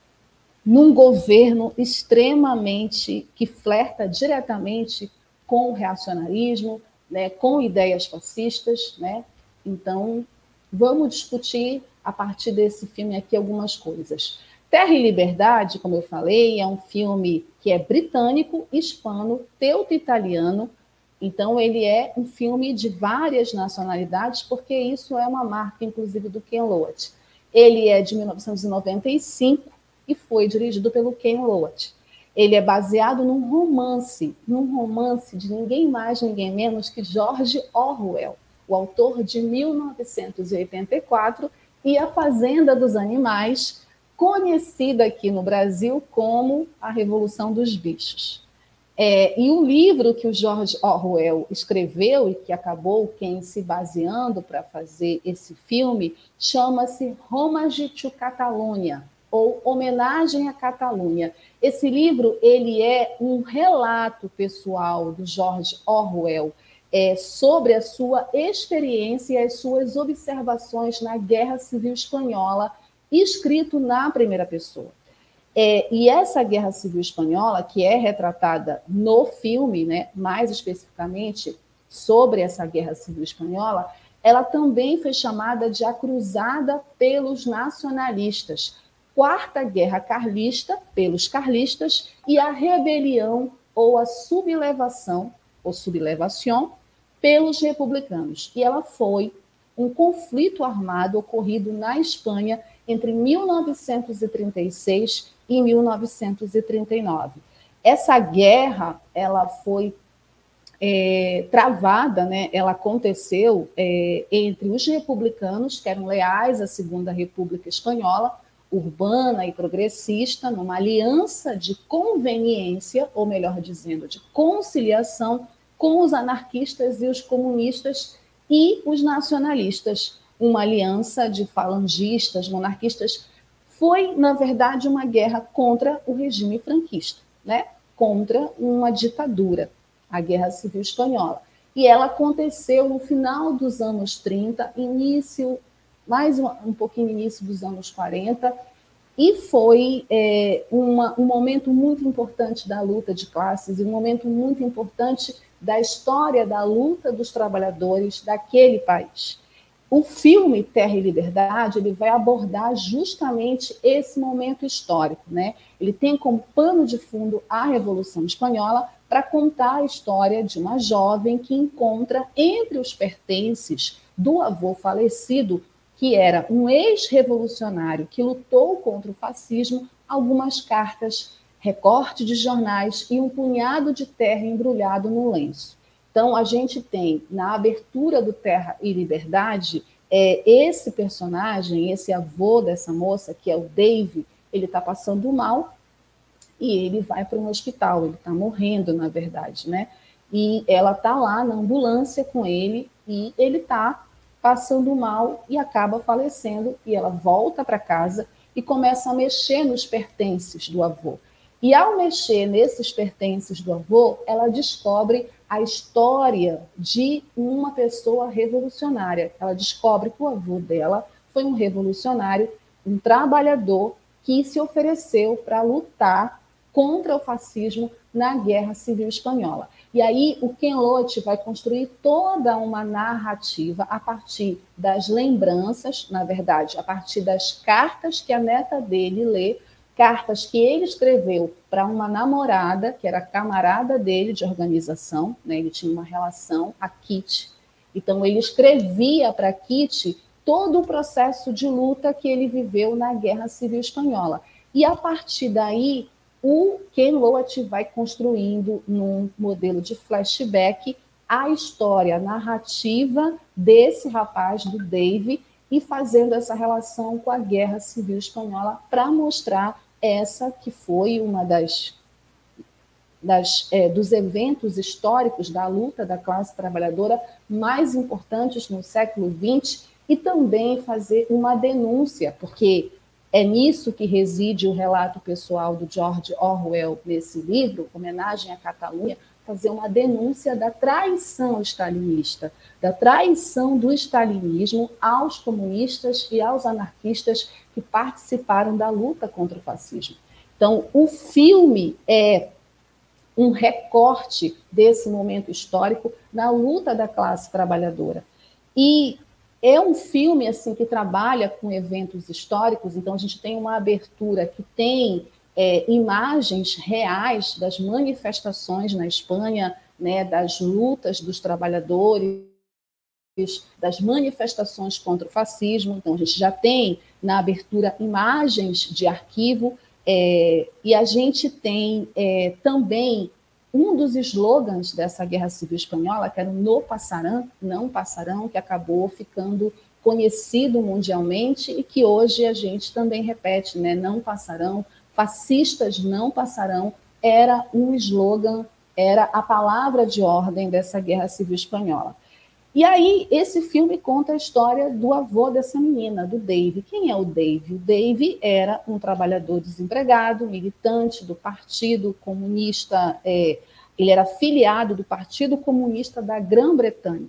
num governo extremamente que flerta diretamente com o reacionarismo, né, com ideias fascistas, né? Então, vamos discutir a partir desse filme aqui algumas coisas. Terra e Liberdade, como eu falei, é um filme que é britânico, hispano, teuto-italiano. Então, ele é um filme de várias nacionalidades, porque isso é uma marca, inclusive, do Ken Loach. Ele é de mil novecentos e noventa e cinco e foi dirigido pelo Ken Loach. Ele é baseado num romance, num romance de ninguém mais, ninguém menos que George Orwell, o autor de mil novecentos e oitenta e quatro e A Fazenda dos Animais, conhecida aqui no Brasil como A Revolução dos Bichos. É, e o livro que o George Orwell escreveu e que acabou quem se baseando para fazer esse filme chama-se Homage to Catalonia, ou Homenagem à Catalunha. Esse livro ele é um relato pessoal do George Orwell é, sobre a sua experiência e as suas observações na Guerra Civil Espanhola, escrito na primeira pessoa. É, e essa Guerra Civil Espanhola, que é retratada no filme, né, mais especificamente sobre essa Guerra Civil Espanhola, ela também foi chamada de a Cruzada pelos Nacionalistas, Quarta Guerra Carlista pelos carlistas e a rebelião ou a sublevação, ou sublevação, pelos republicanos. E ela foi um conflito armado ocorrido na Espanha entre mil novecentos e trinta e seis e mil novecentos e trinta e nove. Essa guerra ela foi é, travada, né? Ela aconteceu é, entre os republicanos, que eram leais à Segunda República Espanhola, urbana e progressista, numa aliança de conveniência, ou melhor dizendo, de conciliação com os anarquistas e os comunistas e os nacionalistas, uma aliança de falangistas, monarquistas. Foi, na verdade, uma guerra contra o regime franquista, né? Contra uma ditadura, a Guerra Civil Espanhola. E ela aconteceu no final dos anos trinta, início, mais um, um pouquinho início dos anos quarenta, e foi é, uma, um momento muito importante da luta de classes e um momento muito importante da história da luta dos trabalhadores daquele país. O filme Terra e Liberdade ele vai abordar justamente esse momento histórico, né? Ele tem como pano de fundo a Revolução Espanhola para contar a história de uma jovem que encontra entre os pertences do avô falecido, que era um ex-revolucionário que lutou contra o fascismo, algumas cartas, recorte de jornais e um punhado de terra embrulhado no lenço. Então, a gente tem, na abertura do Terra e Liberdade, é, esse personagem, esse avô dessa moça, que é o Dave, ele está passando mal e ele vai para um hospital, ele está morrendo, na verdade, né? E ela está lá na ambulância com ele e ele está passando mal e acaba falecendo, e ela volta para casa e começa a mexer nos pertences do avô. E ao mexer nesses pertences do avô, ela descobre a história de uma pessoa revolucionária. Ela descobre que o avô dela foi um revolucionário, um trabalhador que se ofereceu para lutar contra o fascismo na Guerra Civil Espanhola. E aí o Ken Loach vai construir toda uma narrativa a partir das lembranças, na verdade, a partir das cartas que a neta dele lê, cartas que ele escreveu para uma namorada, que era camarada dele de organização, né? Ele tinha uma relação, a Kitty. Então, ele escrevia para a Kitty todo o processo de luta que ele viveu na Guerra Civil Espanhola. E, a partir daí, o Ken Loach vai construindo, num modelo de flashback, a história, a narrativa desse rapaz, do Dave, e fazendo essa relação com a Guerra Civil Espanhola para mostrar essa que foi uma das, das é, dos eventos históricos da luta da classe trabalhadora mais importantes no século vinte, e também fazer uma denúncia, porque É nisso que reside o relato pessoal do George Orwell nesse livro, Homenagem à Catalunha, fazer uma denúncia da traição stalinista, da traição do stalinismo aos comunistas e aos anarquistas que participaram da luta contra o fascismo. Então, o filme é um recorte desse momento histórico na luta da classe trabalhadora. E é um filme assim que trabalha com eventos históricos, então a gente tem uma abertura que tem é, imagens reais das manifestações na Espanha, né, das lutas dos trabalhadores, das manifestações contra o fascismo. Então a gente já tem na abertura imagens de arquivo, é, e a gente tem é, também um dos slogans dessa Guerra Civil Espanhola, que era o "No passarão", não passarão, que acabou ficando conhecido mundialmente e que hoje a gente também repete, né? Não passarão, fascistas não passarão, era um slogan, era a palavra de ordem dessa Guerra Civil Espanhola. E aí, esse filme conta a história do avô dessa menina, do Dave. Quem é o Dave? O Dave era um trabalhador desempregado, militante do Partido Comunista, é, ele era filiado do Partido Comunista da Grã-Bretanha.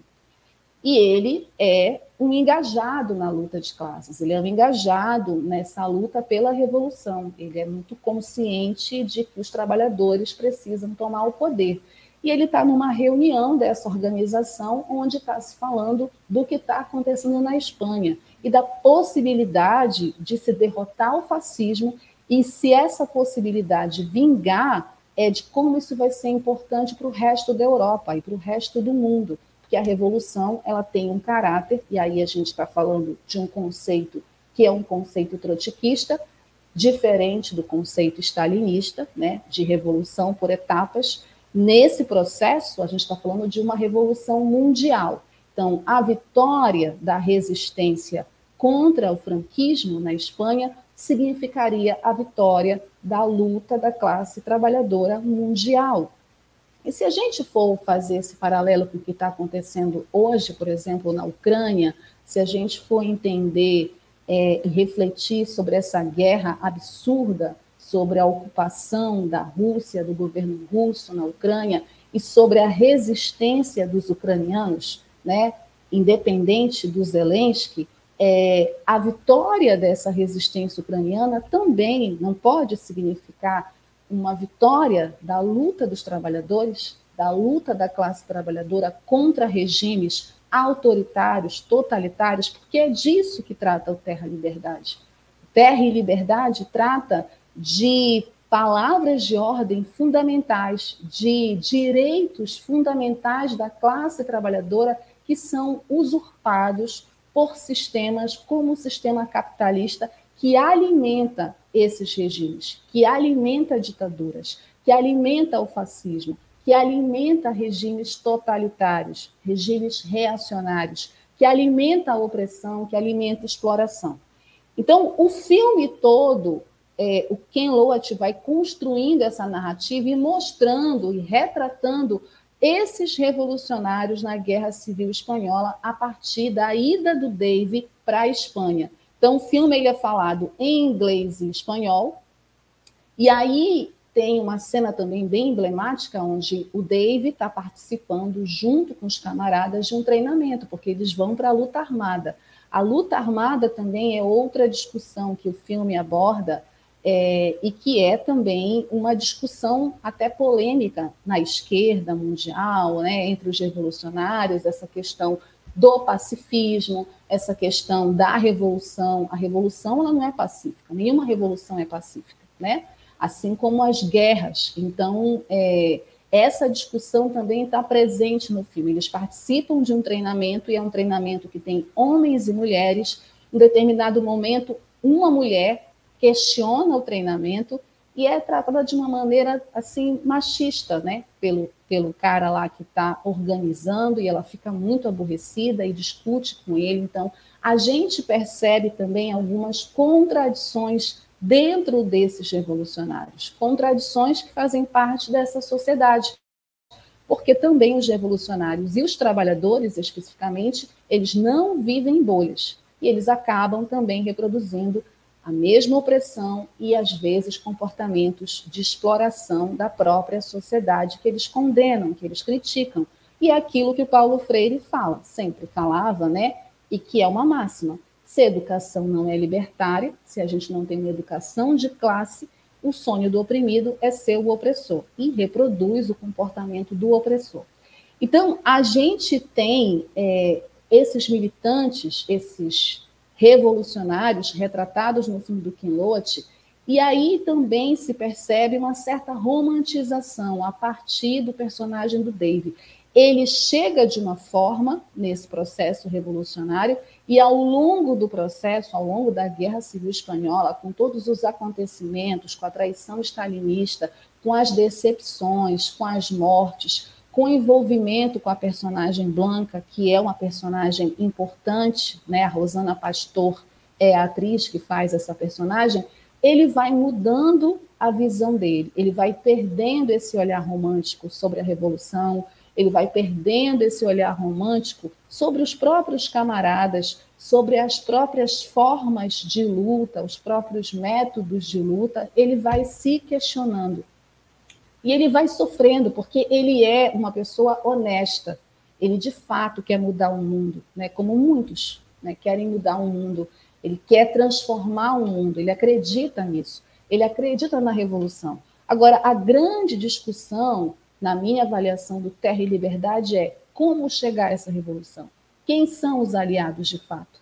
E ele é um engajado na luta de classes, ele é um engajado nessa luta pela revolução, ele é muito consciente de que os trabalhadores precisam tomar o poder. E ele está numa reunião dessa organização onde está se falando do que está acontecendo na Espanha e da possibilidade de se derrotar o fascismo, e se essa possibilidade vingar, é de como isso vai ser importante para o resto da Europa e para o resto do mundo, porque a revolução ela tem um caráter, e aí a gente está falando de um conceito que é um conceito trotskista, diferente do conceito stalinista, né, de revolução por etapas. Nesse processo, a gente está falando de uma revolução mundial. Então, a vitória da resistência contra o franquismo na Espanha significaria a vitória da luta da classe trabalhadora mundial. E se a gente for fazer esse paralelo com o que está acontecendo hoje, por exemplo, na Ucrânia, se a gente for entender é, e refletir sobre essa guerra absurda, sobre a ocupação da Rússia, do governo russo na Ucrânia, e sobre a resistência dos ucranianos, né, independente do Zelensky, é, a vitória dessa resistência ucraniana também não pode significar uma vitória da luta dos trabalhadores, da luta da classe trabalhadora contra regimes autoritários, totalitários, porque é disso que trata o Terra e Liberdade. Terra e Liberdade trata de palavras de ordem fundamentais, de direitos fundamentais da classe trabalhadora que são usurpados por sistemas como o sistema capitalista, que alimenta esses regimes, que alimenta ditaduras, que alimenta o fascismo, que alimenta regimes totalitários, regimes reacionários, que alimenta a opressão, que alimenta a exploração. Então, o filme todo, é, o Ken Loach vai construindo essa narrativa e mostrando e retratando esses revolucionários na Guerra Civil Espanhola a partir da ida do Dave para a Espanha. Então, o filme ele é falado em inglês e espanhol, e aí tem uma cena também bem emblemática, onde o Dave está participando, junto com os camaradas, de um treinamento, porque eles vão para a luta armada. A luta armada também é outra discussão que o filme aborda, é, e que é também uma discussão até polêmica na esquerda mundial, né, entre os revolucionários, essa questão do pacifismo, essa questão da revolução. A revolução ela não é pacífica, nenhuma revolução é pacífica, né? Assim como as guerras. Então, é, essa discussão também está presente no filme. Eles participam de um treinamento, e é um treinamento que tem homens e mulheres. Em determinado momento, uma mulher questiona o treinamento e é tratada de uma maneira assim machista, né? Pelo, pelo cara lá que está organizando, e ela fica muito aborrecida e discute com ele. Então, a gente percebe também algumas contradições dentro desses revolucionários, contradições que fazem parte dessa sociedade, porque também os revolucionários e os trabalhadores, especificamente, eles não vivem em bolhas, e eles acabam também reproduzindo a mesma opressão e, às vezes, comportamentos de exploração da própria sociedade que eles condenam, que eles criticam. E é aquilo que o Paulo Freire fala, sempre falava, né? E que é uma máxima. Se a educação não é libertária, se a gente não tem uma educação de classe, o sonho do oprimido é ser o opressor e reproduz o comportamento do opressor. Então, a gente tem é, esses militantes, esses revolucionários retratados no filme do Ken Loach, e aí também se percebe uma certa romantização a partir do personagem do Dave. Ele chega de uma forma nesse processo revolucionário e ao longo do processo, ao longo da Guerra Civil Espanhola, com todos os acontecimentos, com a traição stalinista, com as decepções, com as mortes, com o envolvimento com a personagem Blanca, que é uma personagem importante, né? A Rosana Pastor é a atriz que faz essa personagem, ele vai mudando a visão dele, ele vai perdendo esse olhar romântico sobre a Revolução, ele vai perdendo esse olhar romântico sobre os próprios camaradas, sobre as próprias formas de luta, os próprios métodos de luta, ele vai se questionando. E ele vai sofrendo, porque ele é uma pessoa honesta. Ele, de fato, quer mudar o mundo, né? Como muitos, né, querem mudar o mundo. Ele quer transformar o mundo, ele acredita nisso. Ele acredita na revolução. Agora, a grande discussão, na minha avaliação do Terra e Liberdade, é como chegar a essa revolução. Quem são os aliados, de fato?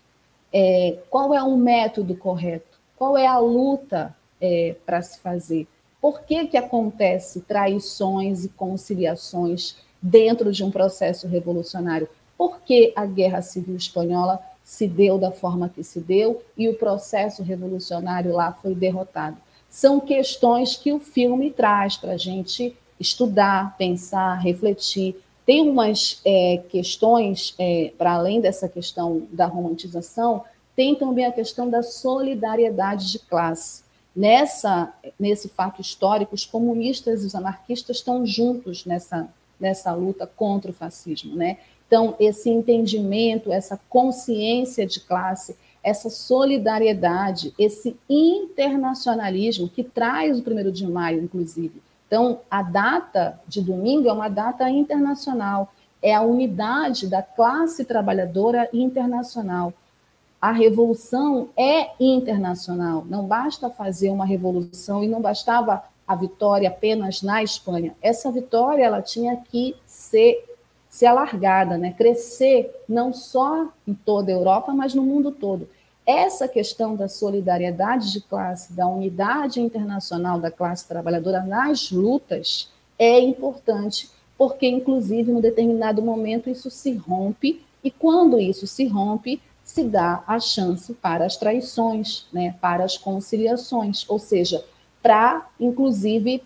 É, qual é o método correto? Qual é a luta é, para se fazer? Por que que acontece traições e conciliações dentro de um processo revolucionário? Por que a Guerra Civil Espanhola se deu da forma que se deu e o processo revolucionário lá foi derrotado? São questões que o filme traz para a gente estudar, pensar, refletir. Tem umas é, questões, é, para além dessa questão da romantização, tem também a questão da solidariedade de classe. Nessa, nesse fato histórico, os comunistas e os anarquistas estão juntos nessa, nessa luta contra o fascismo, né? Então, esse entendimento, essa consciência de classe, essa solidariedade, esse internacionalismo que traz o primeiro de maio, inclusive. Então, a data de domingo é uma data internacional, é a unidade da classe trabalhadora internacional. A revolução é internacional, não basta fazer uma revolução e não bastava a vitória apenas na Espanha. Essa vitória ela tinha que ser, ser alargada, né? Crescer não só em toda a Europa, mas no mundo todo. Essa questão da solidariedade de classe, da unidade internacional da classe trabalhadora nas lutas é importante, porque, inclusive, em um determinado momento, isso se rompe, e quando isso se rompe, se dá a chance para as traições, né, para as conciliações, ou seja, para, inclusive,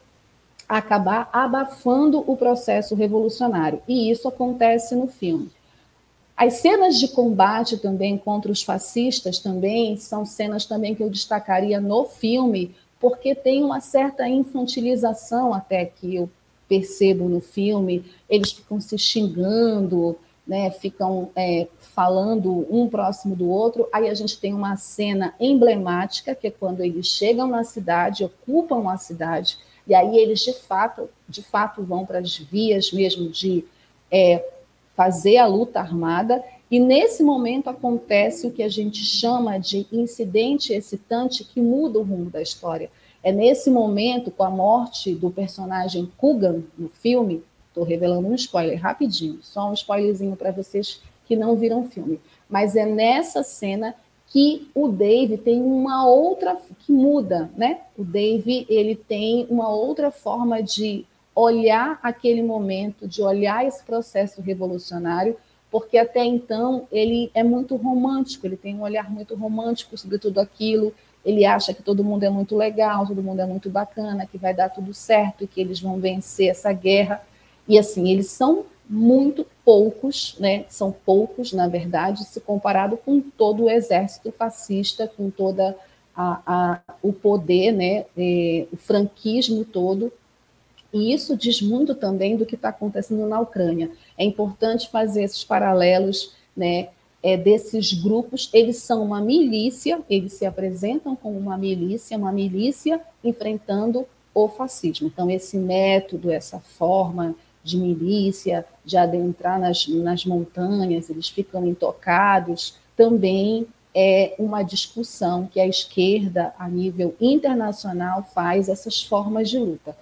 acabar abafando o processo revolucionário. E isso acontece no filme. As cenas de combate também contra os fascistas também são cenas também que eu destacaria no filme, porque tem uma certa infantilização até que eu percebo no filme. Eles ficam se xingando, né, ficam é, falando um próximo do outro. Aí a gente tem uma cena emblemática, que é quando eles chegam na cidade, ocupam a cidade, e aí eles de fato, de fato vão para as vias mesmo de é, fazer a luta armada, e nesse momento acontece o que a gente chama de incidente excitante que muda o rumo da história. É nesse momento, com a morte do personagem Coogan no filme, estou revelando um spoiler rapidinho, só um spoilerzinho para vocês que não viram o filme, mas é nessa cena que o Dave tem uma outra, que muda, né? O Dave, ele tem uma outra forma de olhar aquele momento, de olhar esse processo revolucionário, porque até então ele é muito romântico, ele tem um olhar muito romântico sobre tudo aquilo, ele acha que todo mundo é muito legal, todo mundo é muito bacana, que vai dar tudo certo e que eles vão vencer essa guerra. E assim, eles são muito poucos, né? São poucos, na verdade, se comparado com todo o exército fascista, com toda a, a, o poder, né? É, o franquismo todo. E isso diz muito também do que está acontecendo na Ucrânia. É importante fazer esses paralelos, né? é, desses grupos, eles são uma milícia, eles se apresentam como uma milícia, uma milícia enfrentando o fascismo. Então, esse método, essa forma de milícia, de adentrar nas, nas montanhas, eles ficam intocados, também é uma discussão que a esquerda, a nível internacional, faz essas formas de luta.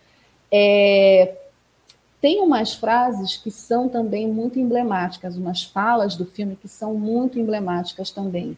É, tem umas frases que são também muito emblemáticas, umas falas do filme que são muito emblemáticas também.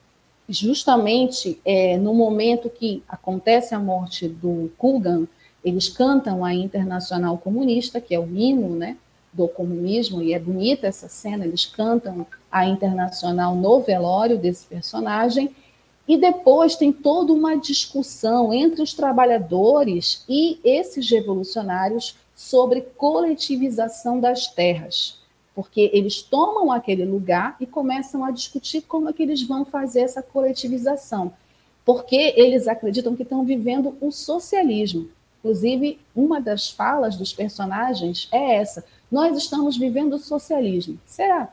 Justamente é, no momento que acontece a morte do Kugan, eles cantam a Internacional Comunista, que é o hino, né, do comunismo, e é bonita essa cena, eles cantam a Internacional no velório desse personagem, e depois tem toda uma discussão entre os trabalhadores e esses revolucionários sobre coletivização das terras, porque eles tomam aquele lugar e começam a discutir como é que eles vão fazer essa coletivização, porque eles acreditam que estão vivendo o socialismo. Inclusive, uma das falas dos personagens é essa: nós estamos vivendo o socialismo. Será?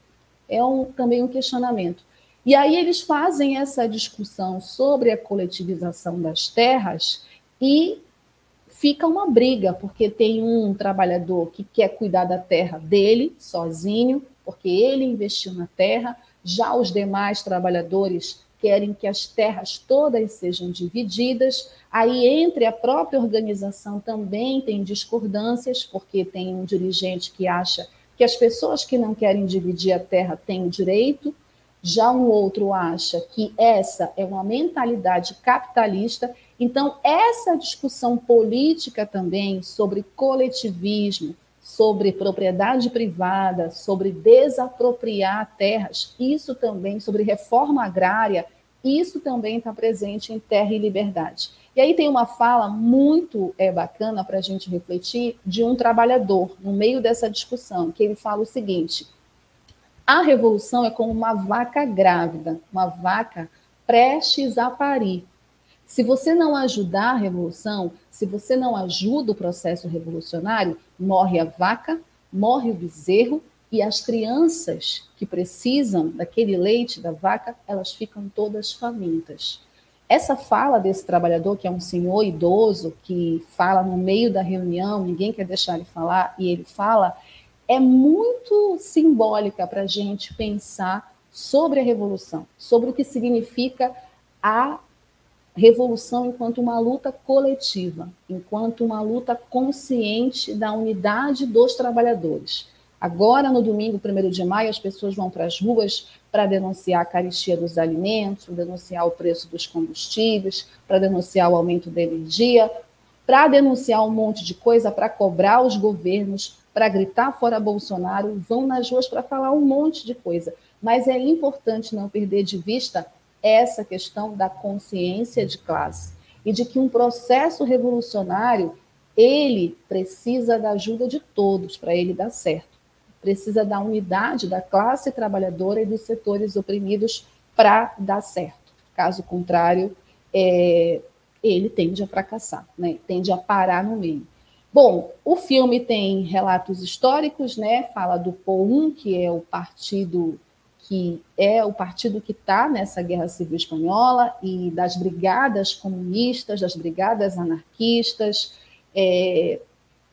É um, também um questionamento. E aí eles fazem essa discussão sobre a coletivização das terras e fica uma briga, porque tem um trabalhador que quer cuidar da terra dele, sozinho, porque ele investiu na terra, já os demais trabalhadores querem que as terras todas sejam divididas. Aí, entre a própria organização também tem discordâncias, porque tem um dirigente que acha que as pessoas que não querem dividir a terra têm o direito, já um outro acha que essa é uma mentalidade capitalista. Então, essa discussão política também sobre coletivismo, sobre propriedade privada, sobre desapropriar terras, isso também, sobre reforma agrária, isso também está presente em Terra e Liberdade. E aí tem uma fala muito é, bacana para a gente refletir de um trabalhador no meio dessa discussão, que ele fala o seguinte: a revolução é como uma vaca grávida, uma vaca prestes a parir. Se você não ajudar a revolução, se você não ajuda o processo revolucionário, morre a vaca, morre o bezerro, e as crianças que precisam daquele leite da vaca, elas ficam todas famintas. Essa fala desse trabalhador, que é um senhor idoso, que fala no meio da reunião, ninguém quer deixar ele falar, e ele fala, é muito simbólica para a gente pensar sobre a revolução, sobre o que significa a revolução enquanto uma luta coletiva, enquanto uma luta consciente da unidade dos trabalhadores. Agora, no domingo, primeiro de maio, as pessoas vão para as ruas para denunciar a carestia dos alimentos, para denunciar o preço dos combustíveis, para denunciar o aumento da energia, para denunciar um monte de coisa, para cobrar os governos, para gritar fora Bolsonaro, vão nas ruas para falar um monte de coisa. Mas é importante não perder de vista essa questão da consciência de classe e de que um processo revolucionário, ele precisa da ajuda de todos para ele dar certo. Precisa da unidade da classe trabalhadora e dos setores oprimidos para dar certo. Caso contrário, é, ele tende a fracassar, né? Tende a parar no meio. Bom, o filme tem relatos históricos, né? Fala do P O U M, que é o partido que é o partido que está nessa Guerra Civil Espanhola, e das brigadas comunistas, das brigadas anarquistas, é,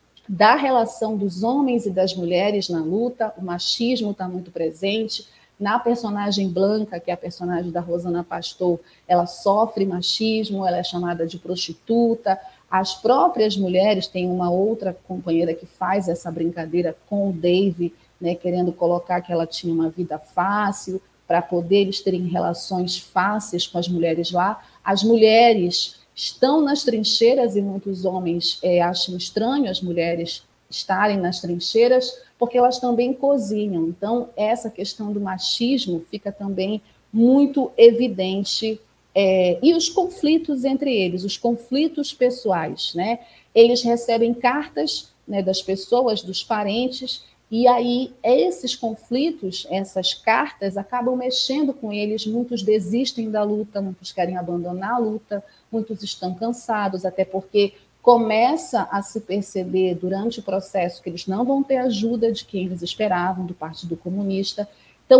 da relação dos homens e das mulheres na luta. O machismo está muito presente. Na personagem Blanca, que é a personagem da Rosana Pastor, ela sofre machismo, ela é chamada de prostituta. As próprias mulheres, tem uma outra companheira que faz essa brincadeira com o Dave, né, querendo colocar que ela tinha uma vida fácil, para poder eles terem relações fáceis com as mulheres lá. As mulheres estão nas trincheiras e muitos homens é, acham estranho as mulheres estarem nas trincheiras, porque elas também cozinham. Então, essa questão do machismo fica também muito evidente. É, e os conflitos entre eles, os conflitos pessoais, né? Eles recebem cartas, né, das pessoas, dos parentes, e aí esses conflitos, essas cartas, acabam mexendo com eles. Muitos desistem da luta, muitos querem abandonar a luta, muitos estão cansados, até porque começa a se perceber durante o processo que eles não vão ter ajuda de quem eles esperavam, do Partido Comunista. Então,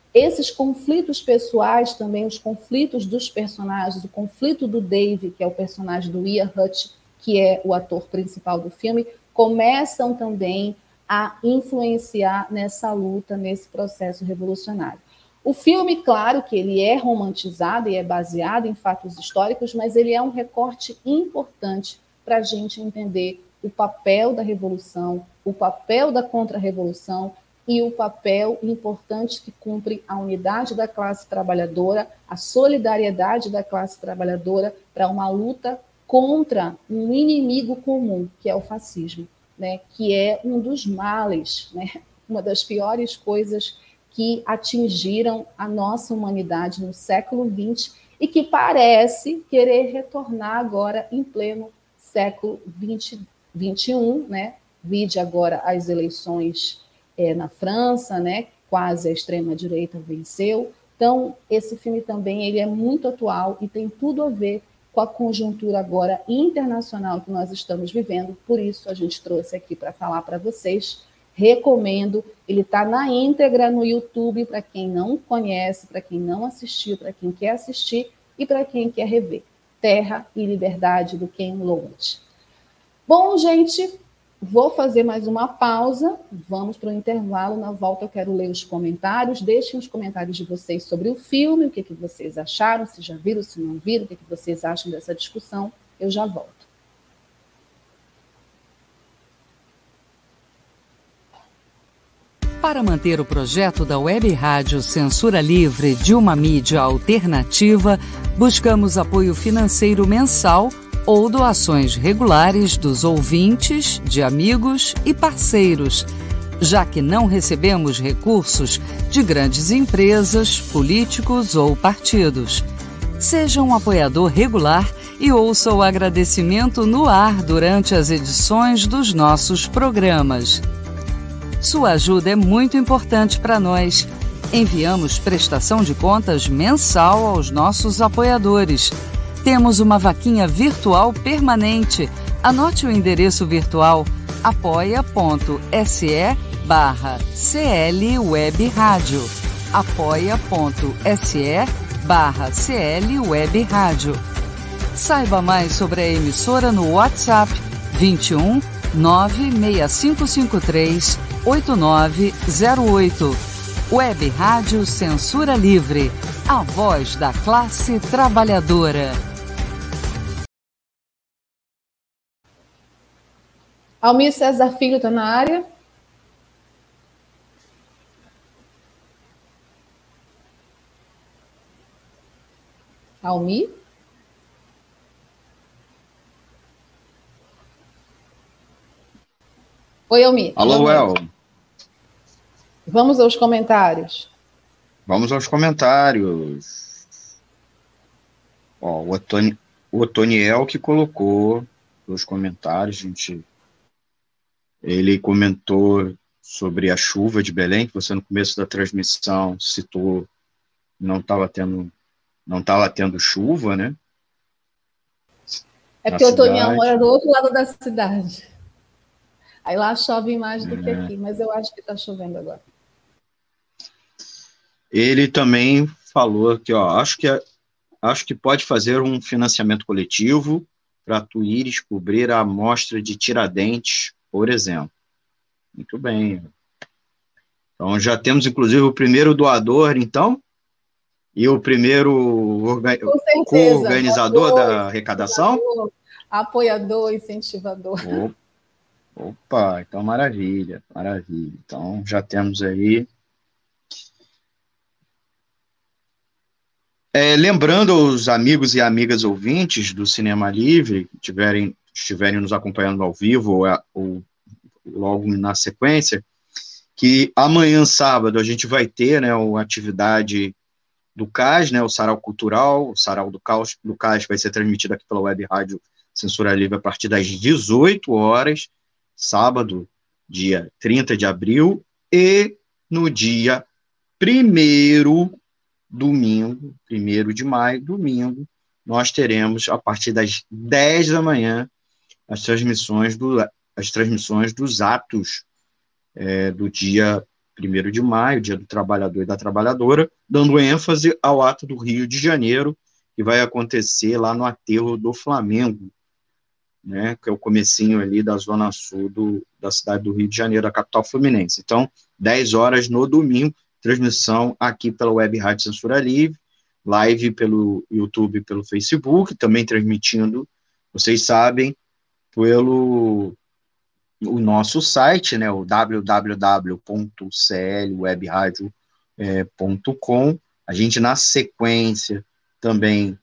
Esses conflitos pessoais também, os conflitos dos personagens, o conflito do Dave, que é o personagem do Ian Hutch, que é o ator principal do filme, começam também a influenciar nessa luta, nesse processo revolucionário. O filme, claro que ele é romantizado e é baseado em fatos históricos, mas ele é um recorte importante para a gente entender o papel da revolução, o papel da contra-revolução e o papel importante que cumpre a unidade da classe trabalhadora, a solidariedade da classe trabalhadora para uma luta contra um inimigo comum, que é o fascismo, né? Que é um dos males, né? Uma das piores coisas que atingiram a nossa humanidade no século vinte e que parece querer retornar agora em pleno século vinte, vinte e um, né? Vide agora as eleições é, na França, né? Quase a extrema-direita venceu. Então, esse filme também ele é muito atual e tem tudo a ver com a conjuntura agora internacional que nós estamos vivendo. Por isso, a gente trouxe aqui para falar para vocês. Recomendo, ele está na íntegra no YouTube, para quem não conhece, para quem não assistiu, para quem quer assistir e para quem quer rever. Terra e Liberdade, do Ken Loach. Bom, gente, vou fazer mais uma pausa, vamos para o intervalo, na volta eu quero ler os comentários, deixem os comentários de vocês sobre o filme, o que, que vocês acharam, se já viram, se não viram, o que, que vocês acham dessa discussão, eu já volto. Para manter o projeto da Web Rádio Censura Livre de uma mídia alternativa, buscamos apoio financeiro mensal ou doações regulares dos ouvintes, de amigos e parceiros, já que não recebemos recursos de grandes empresas, políticos ou partidos. Seja um apoiador regular e ouça o agradecimento no ar durante as edições dos nossos programas. Sua ajuda é muito importante para nós. Enviamos prestação de contas mensal aos nossos apoiadores. Temos uma vaquinha virtual permanente. Anote o endereço virtual apoia.se barra CL Web Rádio. apoia.se barra CL Web Rádio. Saiba mais sobre a emissora no WhatsApp vinte e um, nove seis cinco cinco três, oito nove zero oito. Web Rádio Censura Livre, a voz da classe trabalhadora. Almir César Filho está na área. Almir? Oi, Almir. Alô, El. Vamos aos comentários. Vamos aos comentários. Ó, o, Otoni, o Otoniel que colocou os comentários, gente. Ele comentou sobre a chuva de Belém, que você no começo da transmissão citou, não estava tendo, não estava tendo chuva, né? É porque o Otoniel mora do outro lado da cidade. Aí lá chove mais do é. que aqui, mas eu acho que está chovendo agora. Ele também falou que, ó, acho que, acho que pode fazer um financiamento coletivo para tu ires cobrir a amostra de Tiradentes, por exemplo. Muito bem. Então, já temos, inclusive, o primeiro doador, então, e o primeiro orga... co-organizador da arrecadação. Apoiador, incentivador. Opa, então maravilha, maravilha. Então, já temos aí... É, lembrando aos amigos e amigas ouvintes do Cinema Livre, que tiverem, estiverem nos acompanhando ao vivo ou, ou logo na sequência, que amanhã, sábado, a gente vai ter, né, a atividade do C A S, né, o Sarau Cultural, o Sarau do C A S, do C A S vai ser transmitido aqui pela Web Rádio Censura Livre a partir das dezoito horas, sábado, dia trinta de abril, e no dia primeiro, domingo, primeiro de maio, domingo, nós teremos, a partir das dez da manhã, as transmissões, do, as transmissões dos atos é, do dia primeiro de maio, Dia do Trabalhador e da Trabalhadora, dando ênfase ao ato do Rio de Janeiro, que vai acontecer lá no aterro do Flamengo, né, que é o comecinho ali da zona sul do, da cidade do Rio de Janeiro, da capital fluminense. Então, dez horas no domingo, transmissão aqui pela Web Rádio Censura Livre, live pelo YouTube e pelo Facebook, também transmitindo, vocês sabem, pelo o nosso site, né, o w w w ponto c l web radio ponto com. A gente, na sequência, também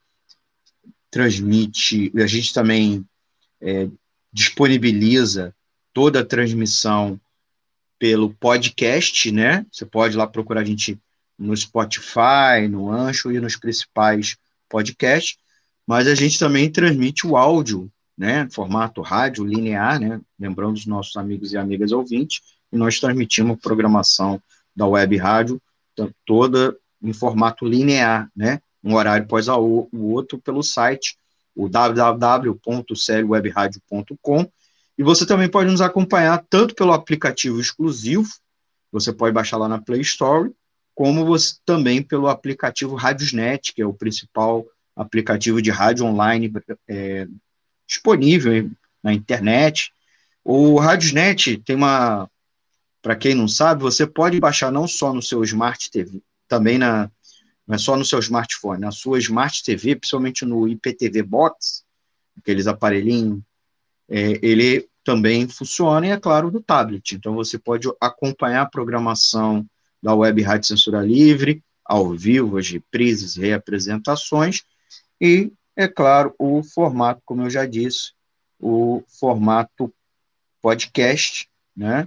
transmite, a gente também é, disponibiliza toda a transmissão pelo podcast, né? Você pode lá procurar a gente no Spotify, no Ancho e nos principais podcasts, mas a gente também transmite o áudio, né, formato rádio linear, né, lembrando os nossos amigos e amigas ouvintes, e nós transmitimos a programação da Web Rádio toda em formato linear, né, um horário após o outro pelo site, o w w w ponto c l web radio ponto com, e você também pode nos acompanhar tanto pelo aplicativo exclusivo, você pode baixar lá na Play Store, como você, também pelo aplicativo Radiosnet, que é o principal aplicativo de rádio online é, disponível na internet. O Radiosnet tem uma, para quem não sabe, você pode baixar não só no seu Smart T V, também na, não é só no seu smartphone, na sua Smart T V, principalmente no I P T V Box, aqueles aparelhinhos, é, ele também funciona, e é claro, no tablet. Então você pode acompanhar a programação da Web Rádio Censura Livre, ao vivo, as reprises, reapresentações, e, é claro, o formato, como eu já disse, o formato podcast, né?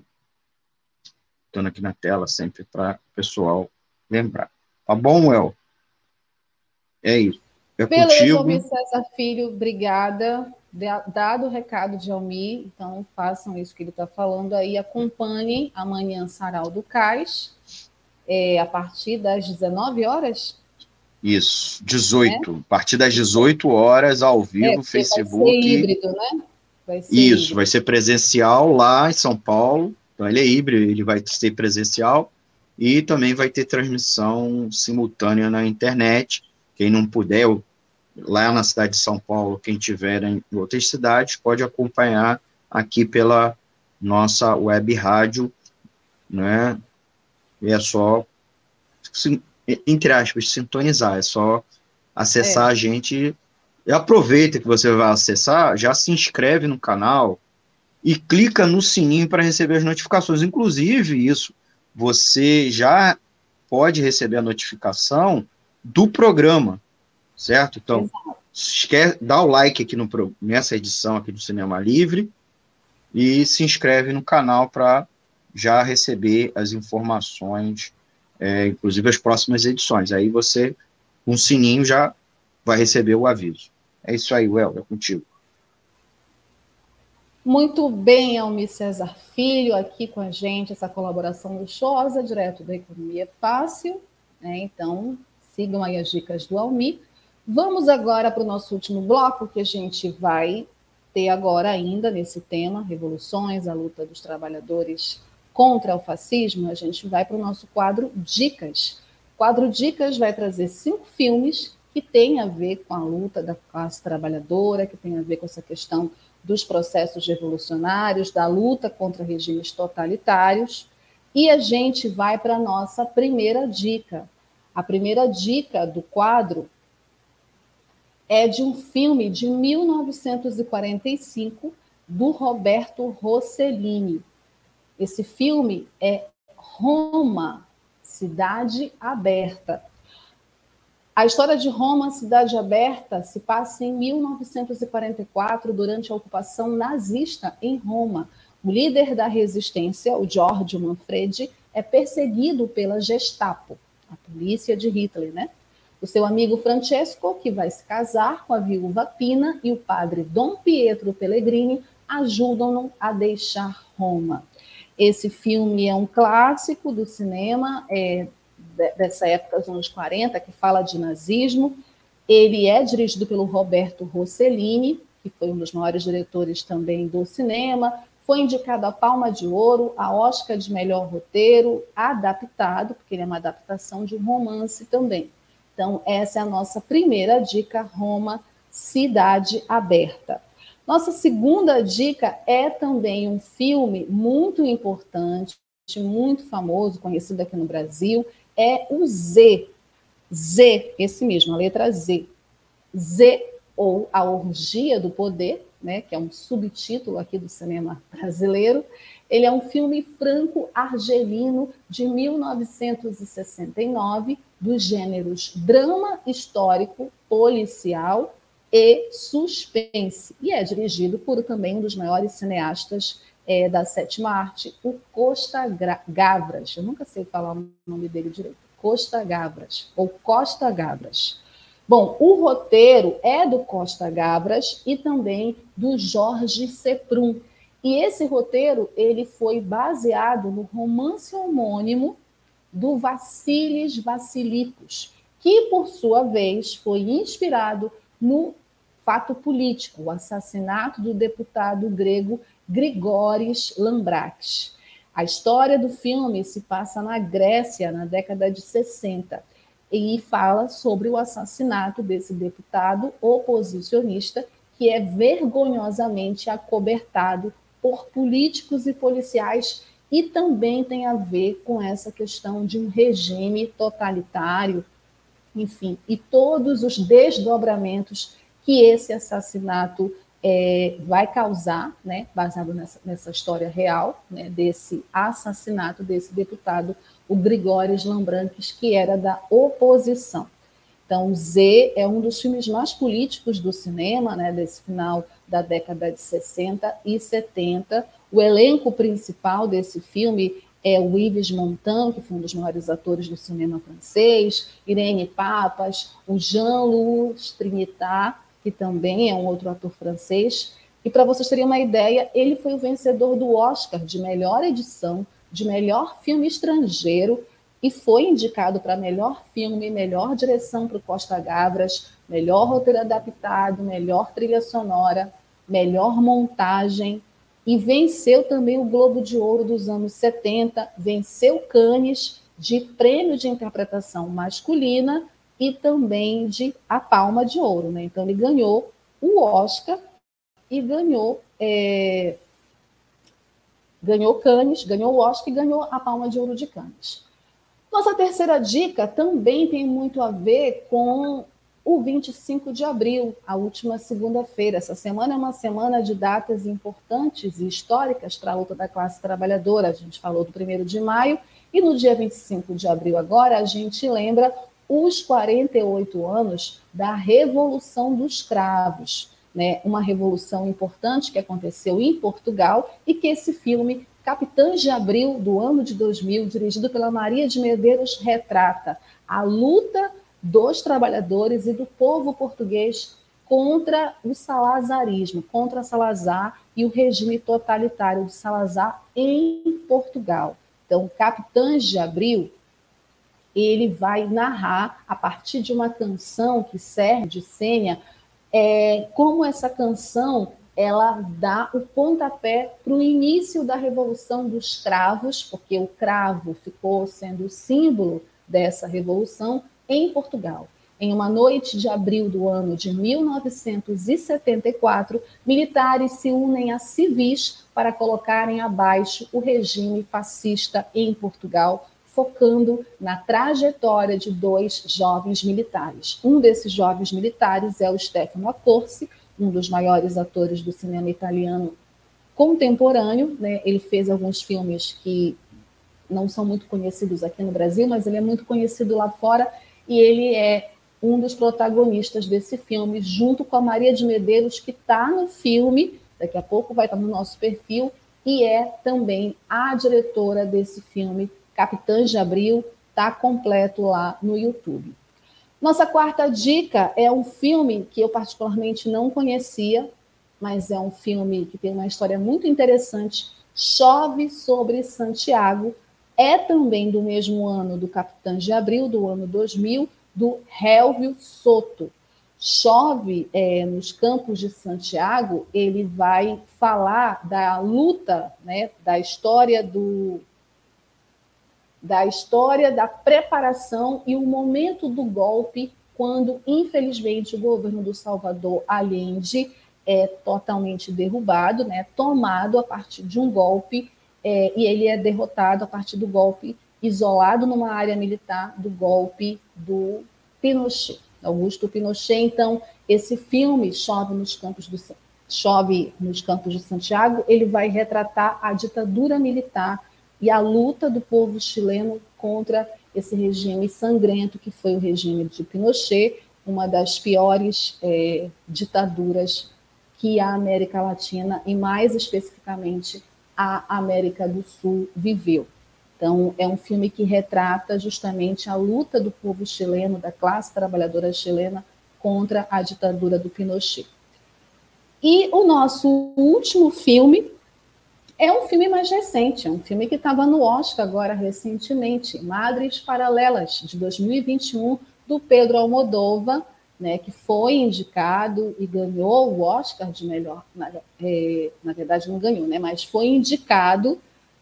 Estou aqui na tela sempre para o pessoal lembrar. Tá bom, El? É isso. É Beleza, contigo. Almir César Filho, obrigada. Dado o recado de Almir, então façam isso que ele está falando aí, acompanhem amanhã Sarau do Cais, é, a partir das dezenove horas? Isso, dezoito. É? A partir das dezoito horas, ao vivo, é, Facebook. Vai ser híbrido, né? Vai ser isso, híbrido. Vai ser presencial lá em São Paulo. Então, ele é híbrido, ele vai ser presencial e também vai ter transmissão simultânea na internet. Quem não puder, lá na cidade de São Paulo, quem tiver em outras cidades, pode acompanhar aqui pela nossa web rádio, né? E é só, entre aspas, sintonizar, é só acessar é. a gente. E aproveita que você vai acessar, já se inscreve no canal e clica no sininho para receber as notificações. Inclusive, isso, você já pode receber a notificação do programa, certo? Então, esquece, dá o like aqui no, nessa edição aqui do Cinema Livre e se inscreve no canal para já receber as informações, é, inclusive as próximas edições. Aí você, com um sininho, já vai receber o aviso. É isso aí, Well, é contigo. Muito bem, Almir César Filho, aqui com a gente, essa colaboração luxuosa, direto da Economia Fácil, né? Então, sigam aí as dicas do Almir. Vamos agora para o nosso último bloco, que a gente vai ter agora ainda nesse tema, revoluções, a luta dos trabalhadores contra o fascismo. A gente vai para o nosso quadro Dicas. O quadro Dicas vai trazer cinco filmes que têm a ver com a luta da classe trabalhadora, que tem a ver com essa questão dos processos revolucionários, da luta contra regimes totalitários. E a gente vai para a nossa primeira dica. A primeira dica do quadro é de um filme de mil novecentos e quarenta e cinco, do Roberto Rossellini. Esse filme é Roma, Cidade Aberta. A história de Roma, Cidade Aberta, se passa em mil novecentos e quarenta e quatro, durante a ocupação nazista em Roma. O líder da resistência, o Giorgio Manfredi, é perseguido pela Gestapo, a polícia de Hitler, né? O seu amigo Francesco, que vai se casar com a viúva Pina, e o padre Dom Pietro Pellegrini ajudam-no a deixar Roma. Esse filme é um clássico do cinema, é, dessa época dos anos quarenta, que fala de nazismo. Ele é dirigido pelo Roberto Rossellini, que foi um dos maiores diretores também do cinema, Foi indicado a Palma de Ouro, a Oscar de melhor roteiro, adaptado, porque ele é uma adaptação de um romance também. Então, essa é a nossa primeira dica, Roma, Cidade Aberta. Nossa segunda dica é também um filme muito importante, muito famoso, conhecido aqui no Brasil, é o Z. Z, esse mesmo, a letra Z. Z, ou A Orgia do Poder, né, que é um subtítulo aqui do cinema brasileiro. Ele é um filme franco-argelino de mil novecentos e sessenta e nove, dos gêneros drama histórico, policial e suspense. E é dirigido por também um dos maiores cineastas é, da sétima arte, o Costa Gavras. Eu nunca sei falar o nome dele direito. Costa Gavras, ou Costa Gavras. Bom, o roteiro é do Costa Gavras e também do Jorge Seprum. E esse roteiro ele foi baseado no romance homônimo do Vassilis Vassilikos, que, por sua vez, foi inspirado no fato político, o assassinato do deputado grego Grigoris Lambrakis. A história do filme se passa na Grécia, na década de sessenta, e fala sobre o assassinato desse deputado oposicionista, que é vergonhosamente acobertado por políticos e policiais, e também tem a ver com essa questão de um regime totalitário, enfim, e todos os desdobramentos que esse assassinato é, vai causar, né, baseado nessa, nessa história real, né, desse assassinato desse deputado, o Grigoris Lambrakis, que era da oposição. Então, Z é um dos filmes mais políticos do cinema, né, desse final da década de sessenta e setenta. O elenco principal desse filme é o Yves Montand, que foi um dos maiores atores do cinema francês, Irene Papas, o Jean-Louis Trintignant, que também é um outro ator francês. E, para vocês terem uma ideia, ele foi o vencedor do Oscar de melhor edição, de melhor filme estrangeiro, e foi indicado para melhor filme, melhor direção para o Costa Gavras, melhor roteiro adaptado, melhor trilha sonora, melhor montagem, e venceu também o Globo de Ouro dos anos setenta, venceu Cannes de prêmio de interpretação masculina e também de a Palma de Ouro, né? Então ele ganhou o Oscar e ganhou... É... Ganhou Cannes, ganhou o Oscar e ganhou a Palma de Ouro de Cannes. Nossa terceira dica também tem muito a ver com o vinte e cinco de abril, a última segunda-feira. Essa semana é uma semana de datas importantes e históricas para a luta da classe trabalhadora. A gente falou do primeiro de maio e no dia vinte e cinco de abril agora a gente lembra os quarenta e oito anos da Revolução dos Cravos, né, uma revolução importante que aconteceu em Portugal e que esse filme, Capitães de Abril, do ano de dois mil, dirigido pela Maria de Medeiros, retrata a luta dos trabalhadores e do povo português contra o salazarismo, contra Salazar e o regime totalitário de Salazar em Portugal. Então, Capitães de Abril, ele vai narrar, a partir de uma canção que serve de senha, É, como essa canção ela dá o pontapé para o início da Revolução dos Cravos, porque o cravo ficou sendo o símbolo dessa revolução em Portugal. Em uma noite de abril do ano de mil novecentos e setenta e quatro, militares se unem a civis para colocarem abaixo o regime fascista em Portugal, focando na trajetória de dois jovens militares. Um desses jovens militares é o Stefano Accorsi, um dos maiores atores do cinema italiano contemporâneo, né? Ele fez alguns filmes que não são muito conhecidos aqui no Brasil, mas ele é muito conhecido lá fora, e ele é um dos protagonistas desse filme, junto com a Maria de Medeiros, que está no filme, daqui a pouco vai estar no nosso perfil, e é também a diretora desse filme, Capitães de Abril, está completo lá no YouTube. Nossa quarta dica é um filme que eu particularmente não conhecia, mas é um filme que tem uma história muito interessante, Chove sobre Santiago, é também do mesmo ano do Capitães de Abril, do ano dois mil, do Helvio Soto. Chove é, nos Campos de Santiago, ele vai falar da luta, né, da história do da história da preparação e o momento do golpe, quando, infelizmente, o governo do Salvador Allende é totalmente derrubado, né, tomado a partir de um golpe, é, e ele é derrotado a partir do golpe, isolado numa área militar, do golpe do Pinochet, Augusto Pinochet. Então, esse filme, Chove nos Campos do Chove nos Campos de Santiago, ele vai retratar a ditadura militar e a luta do povo chileno contra esse regime sangrento que foi o regime de Pinochet, uma das piores é, ditaduras que a América Latina, e mais especificamente a América do Sul, viveu. Então, é um filme que retrata justamente a luta do povo chileno, da classe trabalhadora chilena, contra a ditadura do Pinochet. E o nosso último filme é um filme mais recente, é um filme que estava no Oscar agora recentemente, Madres Paralelas, de dois mil e vinte e um, do Pedro Almodóvar, né, que foi indicado e ganhou o Oscar de melhor, na, é, na verdade não ganhou, né, mas foi indicado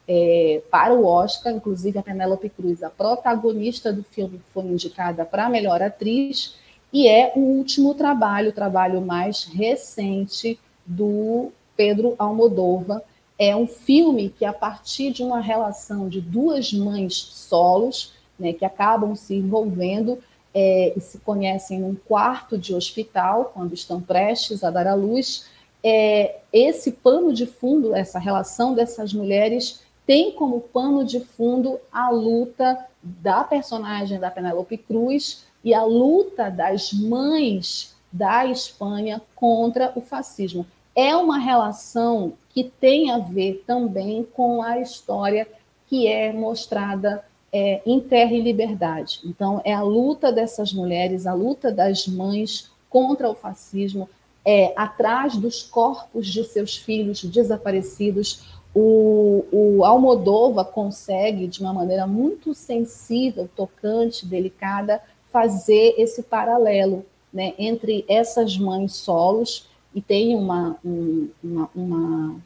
é, para o Oscar, inclusive a Penélope Cruz, a protagonista do filme, foi indicada para a melhor atriz, e é o último trabalho, o trabalho mais recente do Pedro Almodóvar. É um filme que, a partir de uma relação de duas mães solos, né, que acabam se envolvendo é, e se conhecem num quarto de hospital, quando estão prestes a dar à luz, é, esse pano de fundo, essa relação dessas mulheres, tem como pano de fundo a luta da personagem da Penélope Cruz e a luta das mães da Espanha contra o fascismo. É uma relação que tem a ver também com a história que é mostrada é, em Terra e Liberdade. Então, é a luta dessas mulheres, a luta das mães contra o fascismo, é, atrás dos corpos de seus filhos desaparecidos. O, o Almodóvar consegue, de uma maneira muito sensível, tocante, delicada, fazer esse paralelo, né, entre essas mães solos. E tem uma, um, uma, uma,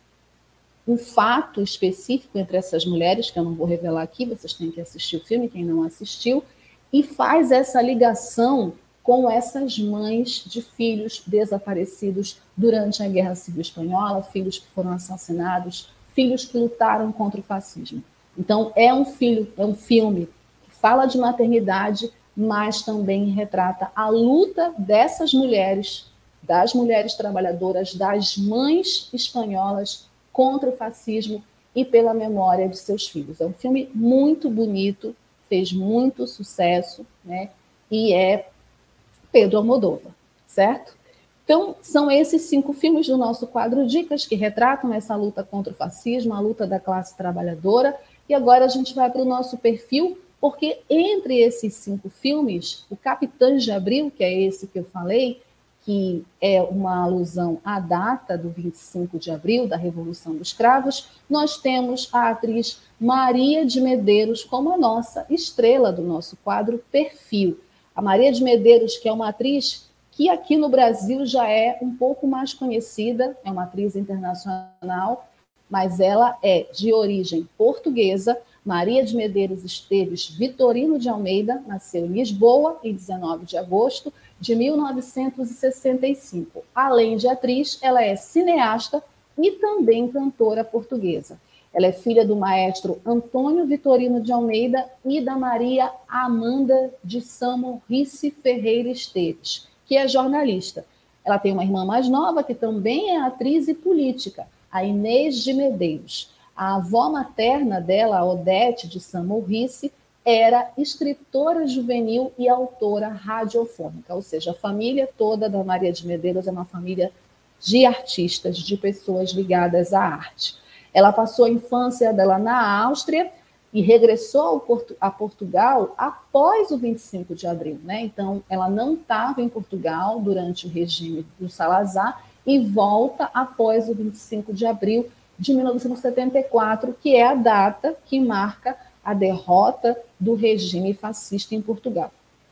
um fato específico entre essas mulheres, que eu não vou revelar aqui, vocês têm que assistir o filme, quem não assistiu, e faz essa ligação com essas mães de filhos desaparecidos durante a Guerra Civil Espanhola, filhos que foram assassinados, filhos que lutaram contra o fascismo. Então, é um, filho, é um filme que fala de maternidade, mas também retrata a luta dessas mulheres, das mulheres trabalhadoras, das mães espanholas contra o fascismo e pela memória de seus filhos. É um filme muito bonito, fez muito sucesso, né? E é Pedro Almodóvar, certo? Então, são esses cinco filmes do nosso quadro Dicas que retratam essa luta contra o fascismo, a luta da classe trabalhadora. E agora a gente vai para o nosso perfil, porque entre esses cinco filmes, o Capitães de Abril, que é esse que eu falei, que é uma alusão à data do vinte e cinco de abril, da Revolução dos Cravos, nós temos a atriz Maria de Medeiros como a nossa estrela do nosso quadro Perfil. A Maria de Medeiros, que é uma atriz que aqui no Brasil já é um pouco mais conhecida, é uma atriz internacional, mas ela é de origem portuguesa. Maria de Medeiros Esteves Vitorino de Almeida nasceu em Lisboa, em dezenove de agosto de mil novecentos e sessenta e cinco. Além de atriz, ela é cineasta e também cantora portuguesa. Ela é filha do maestro Antônio Vitorino de Almeida e da Maria Amanda de Samorrice Ferreira Esteves, que é jornalista. Ela tem uma irmã mais nova, que também é atriz e política, a Inês de Medeiros. A avó materna dela, a Odete de Samorrice, era escritora juvenil e autora radiofônica, ou seja, a família toda da Maria de Medeiros é uma família de artistas, de pessoas ligadas à arte. Ela passou a infância dela na Áustria e regressou a Portugal após o vinte e cinco de abril, né? Então, ela não estava em Portugal durante o regime do Salazar e volta após o vinte e cinco de abril de mil novecentos e setenta e quatro, que é a data que marca a derrota do regime fascista em Portugal.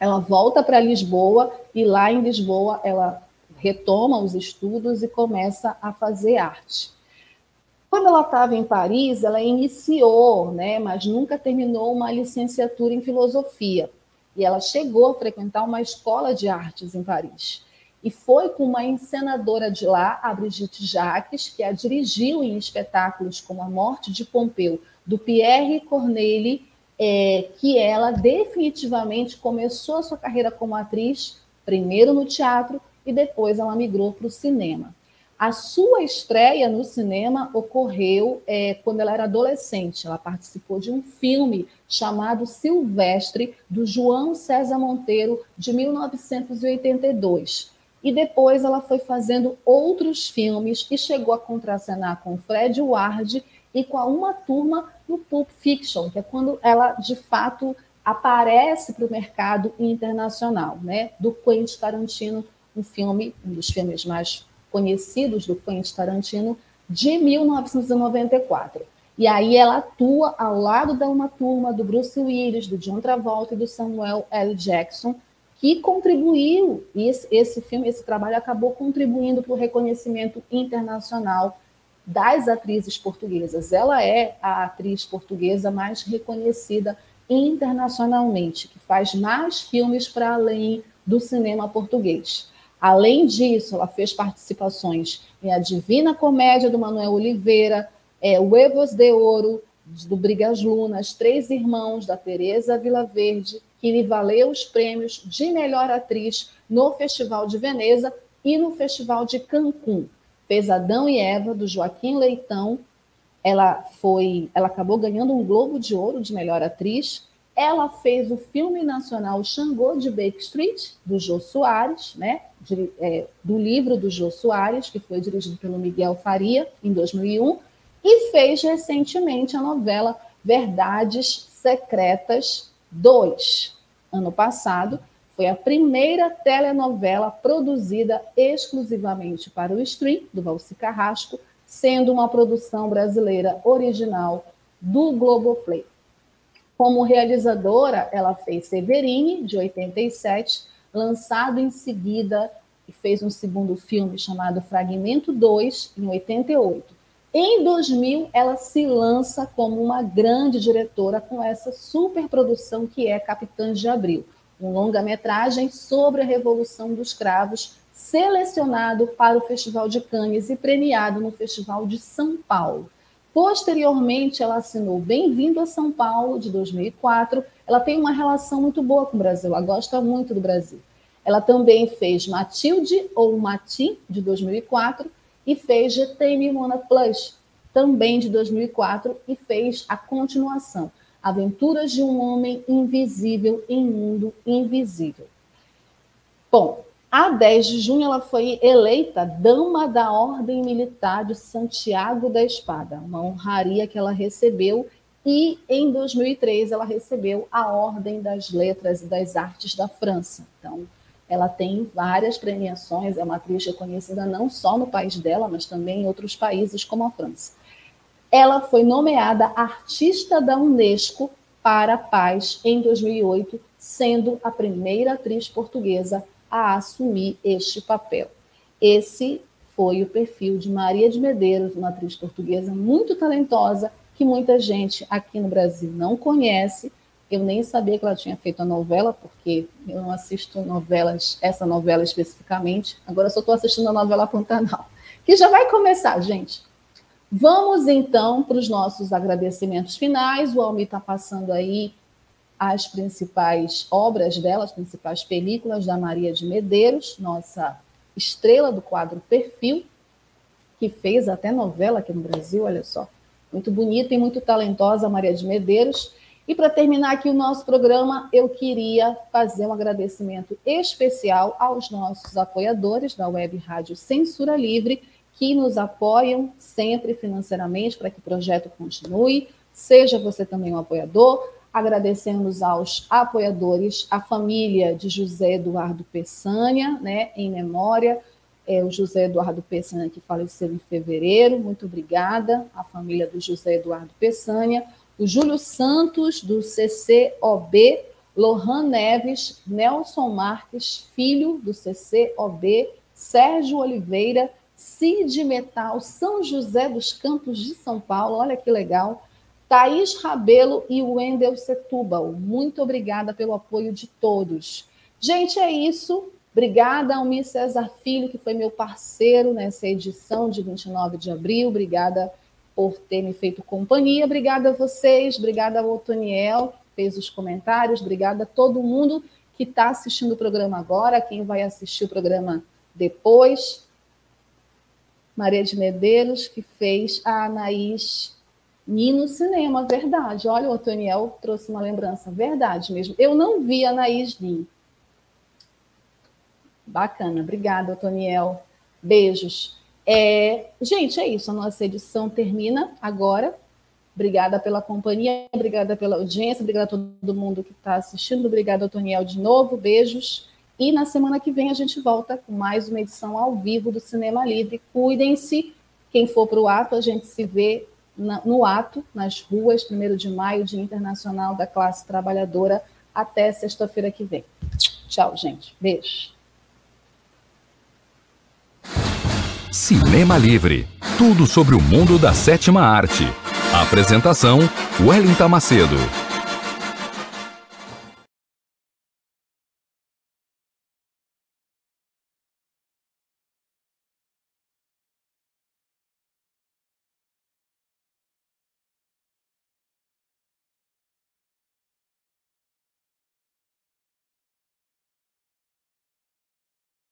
ela volta para Lisboa e lá em Lisboa ela retoma os estudos e começa a fazer arte. Quando ela estava em Paris, ela iniciou, né, mas nunca terminou uma licenciatura em filosofia. E ela chegou a frequentar uma escola de artes em Paris. E foi com uma encenadora de lá, a Brigitte Jacques, que a dirigiu em espetáculos como A Morte de Pompeu, do Pierre Corneille, é, que ela definitivamente começou a sua carreira como atriz, primeiro no teatro, e depois ela migrou para o cinema. A sua estreia no cinema ocorreu é, quando ela era adolescente. Ela participou de um filme chamado Silvestre, do João César Monteiro, de mil novecentos e oitenta e dois. E depois ela foi fazendo outros filmes e chegou a contracenar com Fred Ward e com a Uma Turma no Pulp Fiction, que é quando ela, de fato, aparece para o mercado internacional, né? Do Quentin Tarantino, um filme, um dos filmes mais conhecidos do Quentin Tarantino, de mil novecentos e noventa e quatro. E aí ela atua ao lado da Uma Turma, do Bruce Willis, do John Travolta e do Samuel L. Jackson, que contribuiu, e esse, esse filme, esse trabalho acabou contribuindo para o reconhecimento internacional das atrizes portuguesas. Ela é a atriz portuguesa mais reconhecida internacionalmente, que faz mais filmes para além do cinema português. Além disso, ela fez participações em A Divina Comédia, do Manuel Oliveira, é, Huevos de Ouro, do Brigas Lunas, Três Irmãos, da Teresa Vilaverde, que lhe valeu os prêmios de melhor atriz no Festival de Veneza e no Festival de Cancún. Fez Adão e Eva, do Joaquim Leitão. Ela, foi, ela acabou ganhando um Globo de Ouro de melhor atriz. Ela fez o filme nacional Xangô de Baker Street, do Jô Soares, né? de, é, do livro do Jô Soares, que foi dirigido pelo Miguel Faria, em dois mil e um, e fez recentemente a novela Verdades Secretas dois. Ano passado, foi a primeira telenovela produzida exclusivamente para o stream, do Valci Carrasco, sendo uma produção brasileira original do Globoplay. Como realizadora, ela fez Severine, de oitenta e sete, lançado em seguida, e fez um segundo filme chamado Fragmento dois, em oitenta e oito. Em dois mil, ela se lança como uma grande diretora com essa superprodução que é Capitães de Abril, um longa-metragem sobre a Revolução dos Cravos, selecionado para o Festival de Cannes e premiado no Festival de São Paulo. Posteriormente, ela assinou Bem-vindo a São Paulo, de dois mil e quatro. Ela tem uma relação muito boa com o Brasil, ela gosta muito do Brasil. Ela também fez Matilde, ou Mati, de dois mil e quatro, e fez G T M Mona Plus, também de dois mil e quatro, e fez a continuação, Aventuras de um Homem Invisível em Mundo Invisível. Bom, a dez de junho ela foi eleita Dama da Ordem Militar de Santiago da Espada, uma honraria que ela recebeu, e em dois mil e três ela recebeu a Ordem das Letras e das Artes da França. Então, ela tem várias premiações, é uma atriz reconhecida não só no país dela, mas também em outros países como a França. Ela foi nomeada Artista da Unesco para a Paz em dois mil e oito, sendo a primeira atriz portuguesa a assumir este papel. Esse foi o perfil de Maria de Medeiros, uma atriz portuguesa muito talentosa, que muita gente aqui no Brasil não conhece. Eu nem sabia que ela tinha feito a novela, porque eu não assisto novelas, essa novela especificamente. Agora só estou assistindo a novela Pantanal, que já vai começar, gente. Vamos, então, para os nossos agradecimentos finais. O Almir está passando aí as principais obras dela, as principais películas da Maria de Medeiros, nossa estrela do quadro Perfil, que fez até novela aqui no Brasil, olha só. Muito bonita e muito talentosa a Maria de Medeiros. E para terminar aqui o nosso programa, eu queria fazer um agradecimento especial aos nossos apoiadores da Web Rádio Censura Livre, que nos apoiam sempre financeiramente para que o projeto continue. Seja você também um apoiador. Agradecemos aos apoiadores, a família de José Eduardo Peçanha, né, em memória, é, o José Eduardo Peçanha, que faleceu em fevereiro. Muito obrigada, a família do José Eduardo Peçanha. O Júlio Santos, do C C O B, Lohan Neves, Nelson Marques, filho do C C O B, Sérgio Oliveira, Cid Metal, São José dos Campos de São Paulo, olha que legal, Thaís Rabelo e Wendel Setúbal. Muito obrigada pelo apoio de todos. Gente, é isso. Obrigada ao Almir César Filho, que foi meu parceiro nessa edição de vinte e nove de abril. Obrigada por ter me feito companhia. Obrigada a vocês, obrigada ao Otoniel, que fez os comentários, obrigada a todo mundo que está assistindo o programa agora, quem vai assistir o programa depois. Maria de Medeiros, que fez a Anaís Nino Cinema, verdade. Olha, o Otoniel trouxe uma lembrança, verdade mesmo. Eu não vi a Anaís Nino. Bacana, obrigada, Otoniel. Beijos. É, gente, é isso, a nossa edição termina agora. Obrigada pela companhia, obrigada pela audiência, obrigada a todo mundo que está assistindo, obrigada, Otoniel, de novo, beijos. E na semana que vem a gente volta com mais uma edição ao vivo do Cinema Livre. Cuidem-se, quem for para o ato, a gente se vê na, no ato, nas ruas, primeiro de maio, Dia Internacional da Classe Trabalhadora, até sexta-feira que vem. Tchau, gente. Beijo. Cinema Livre. Tudo sobre o mundo da sétima arte. Apresentação, Wellington Macedo.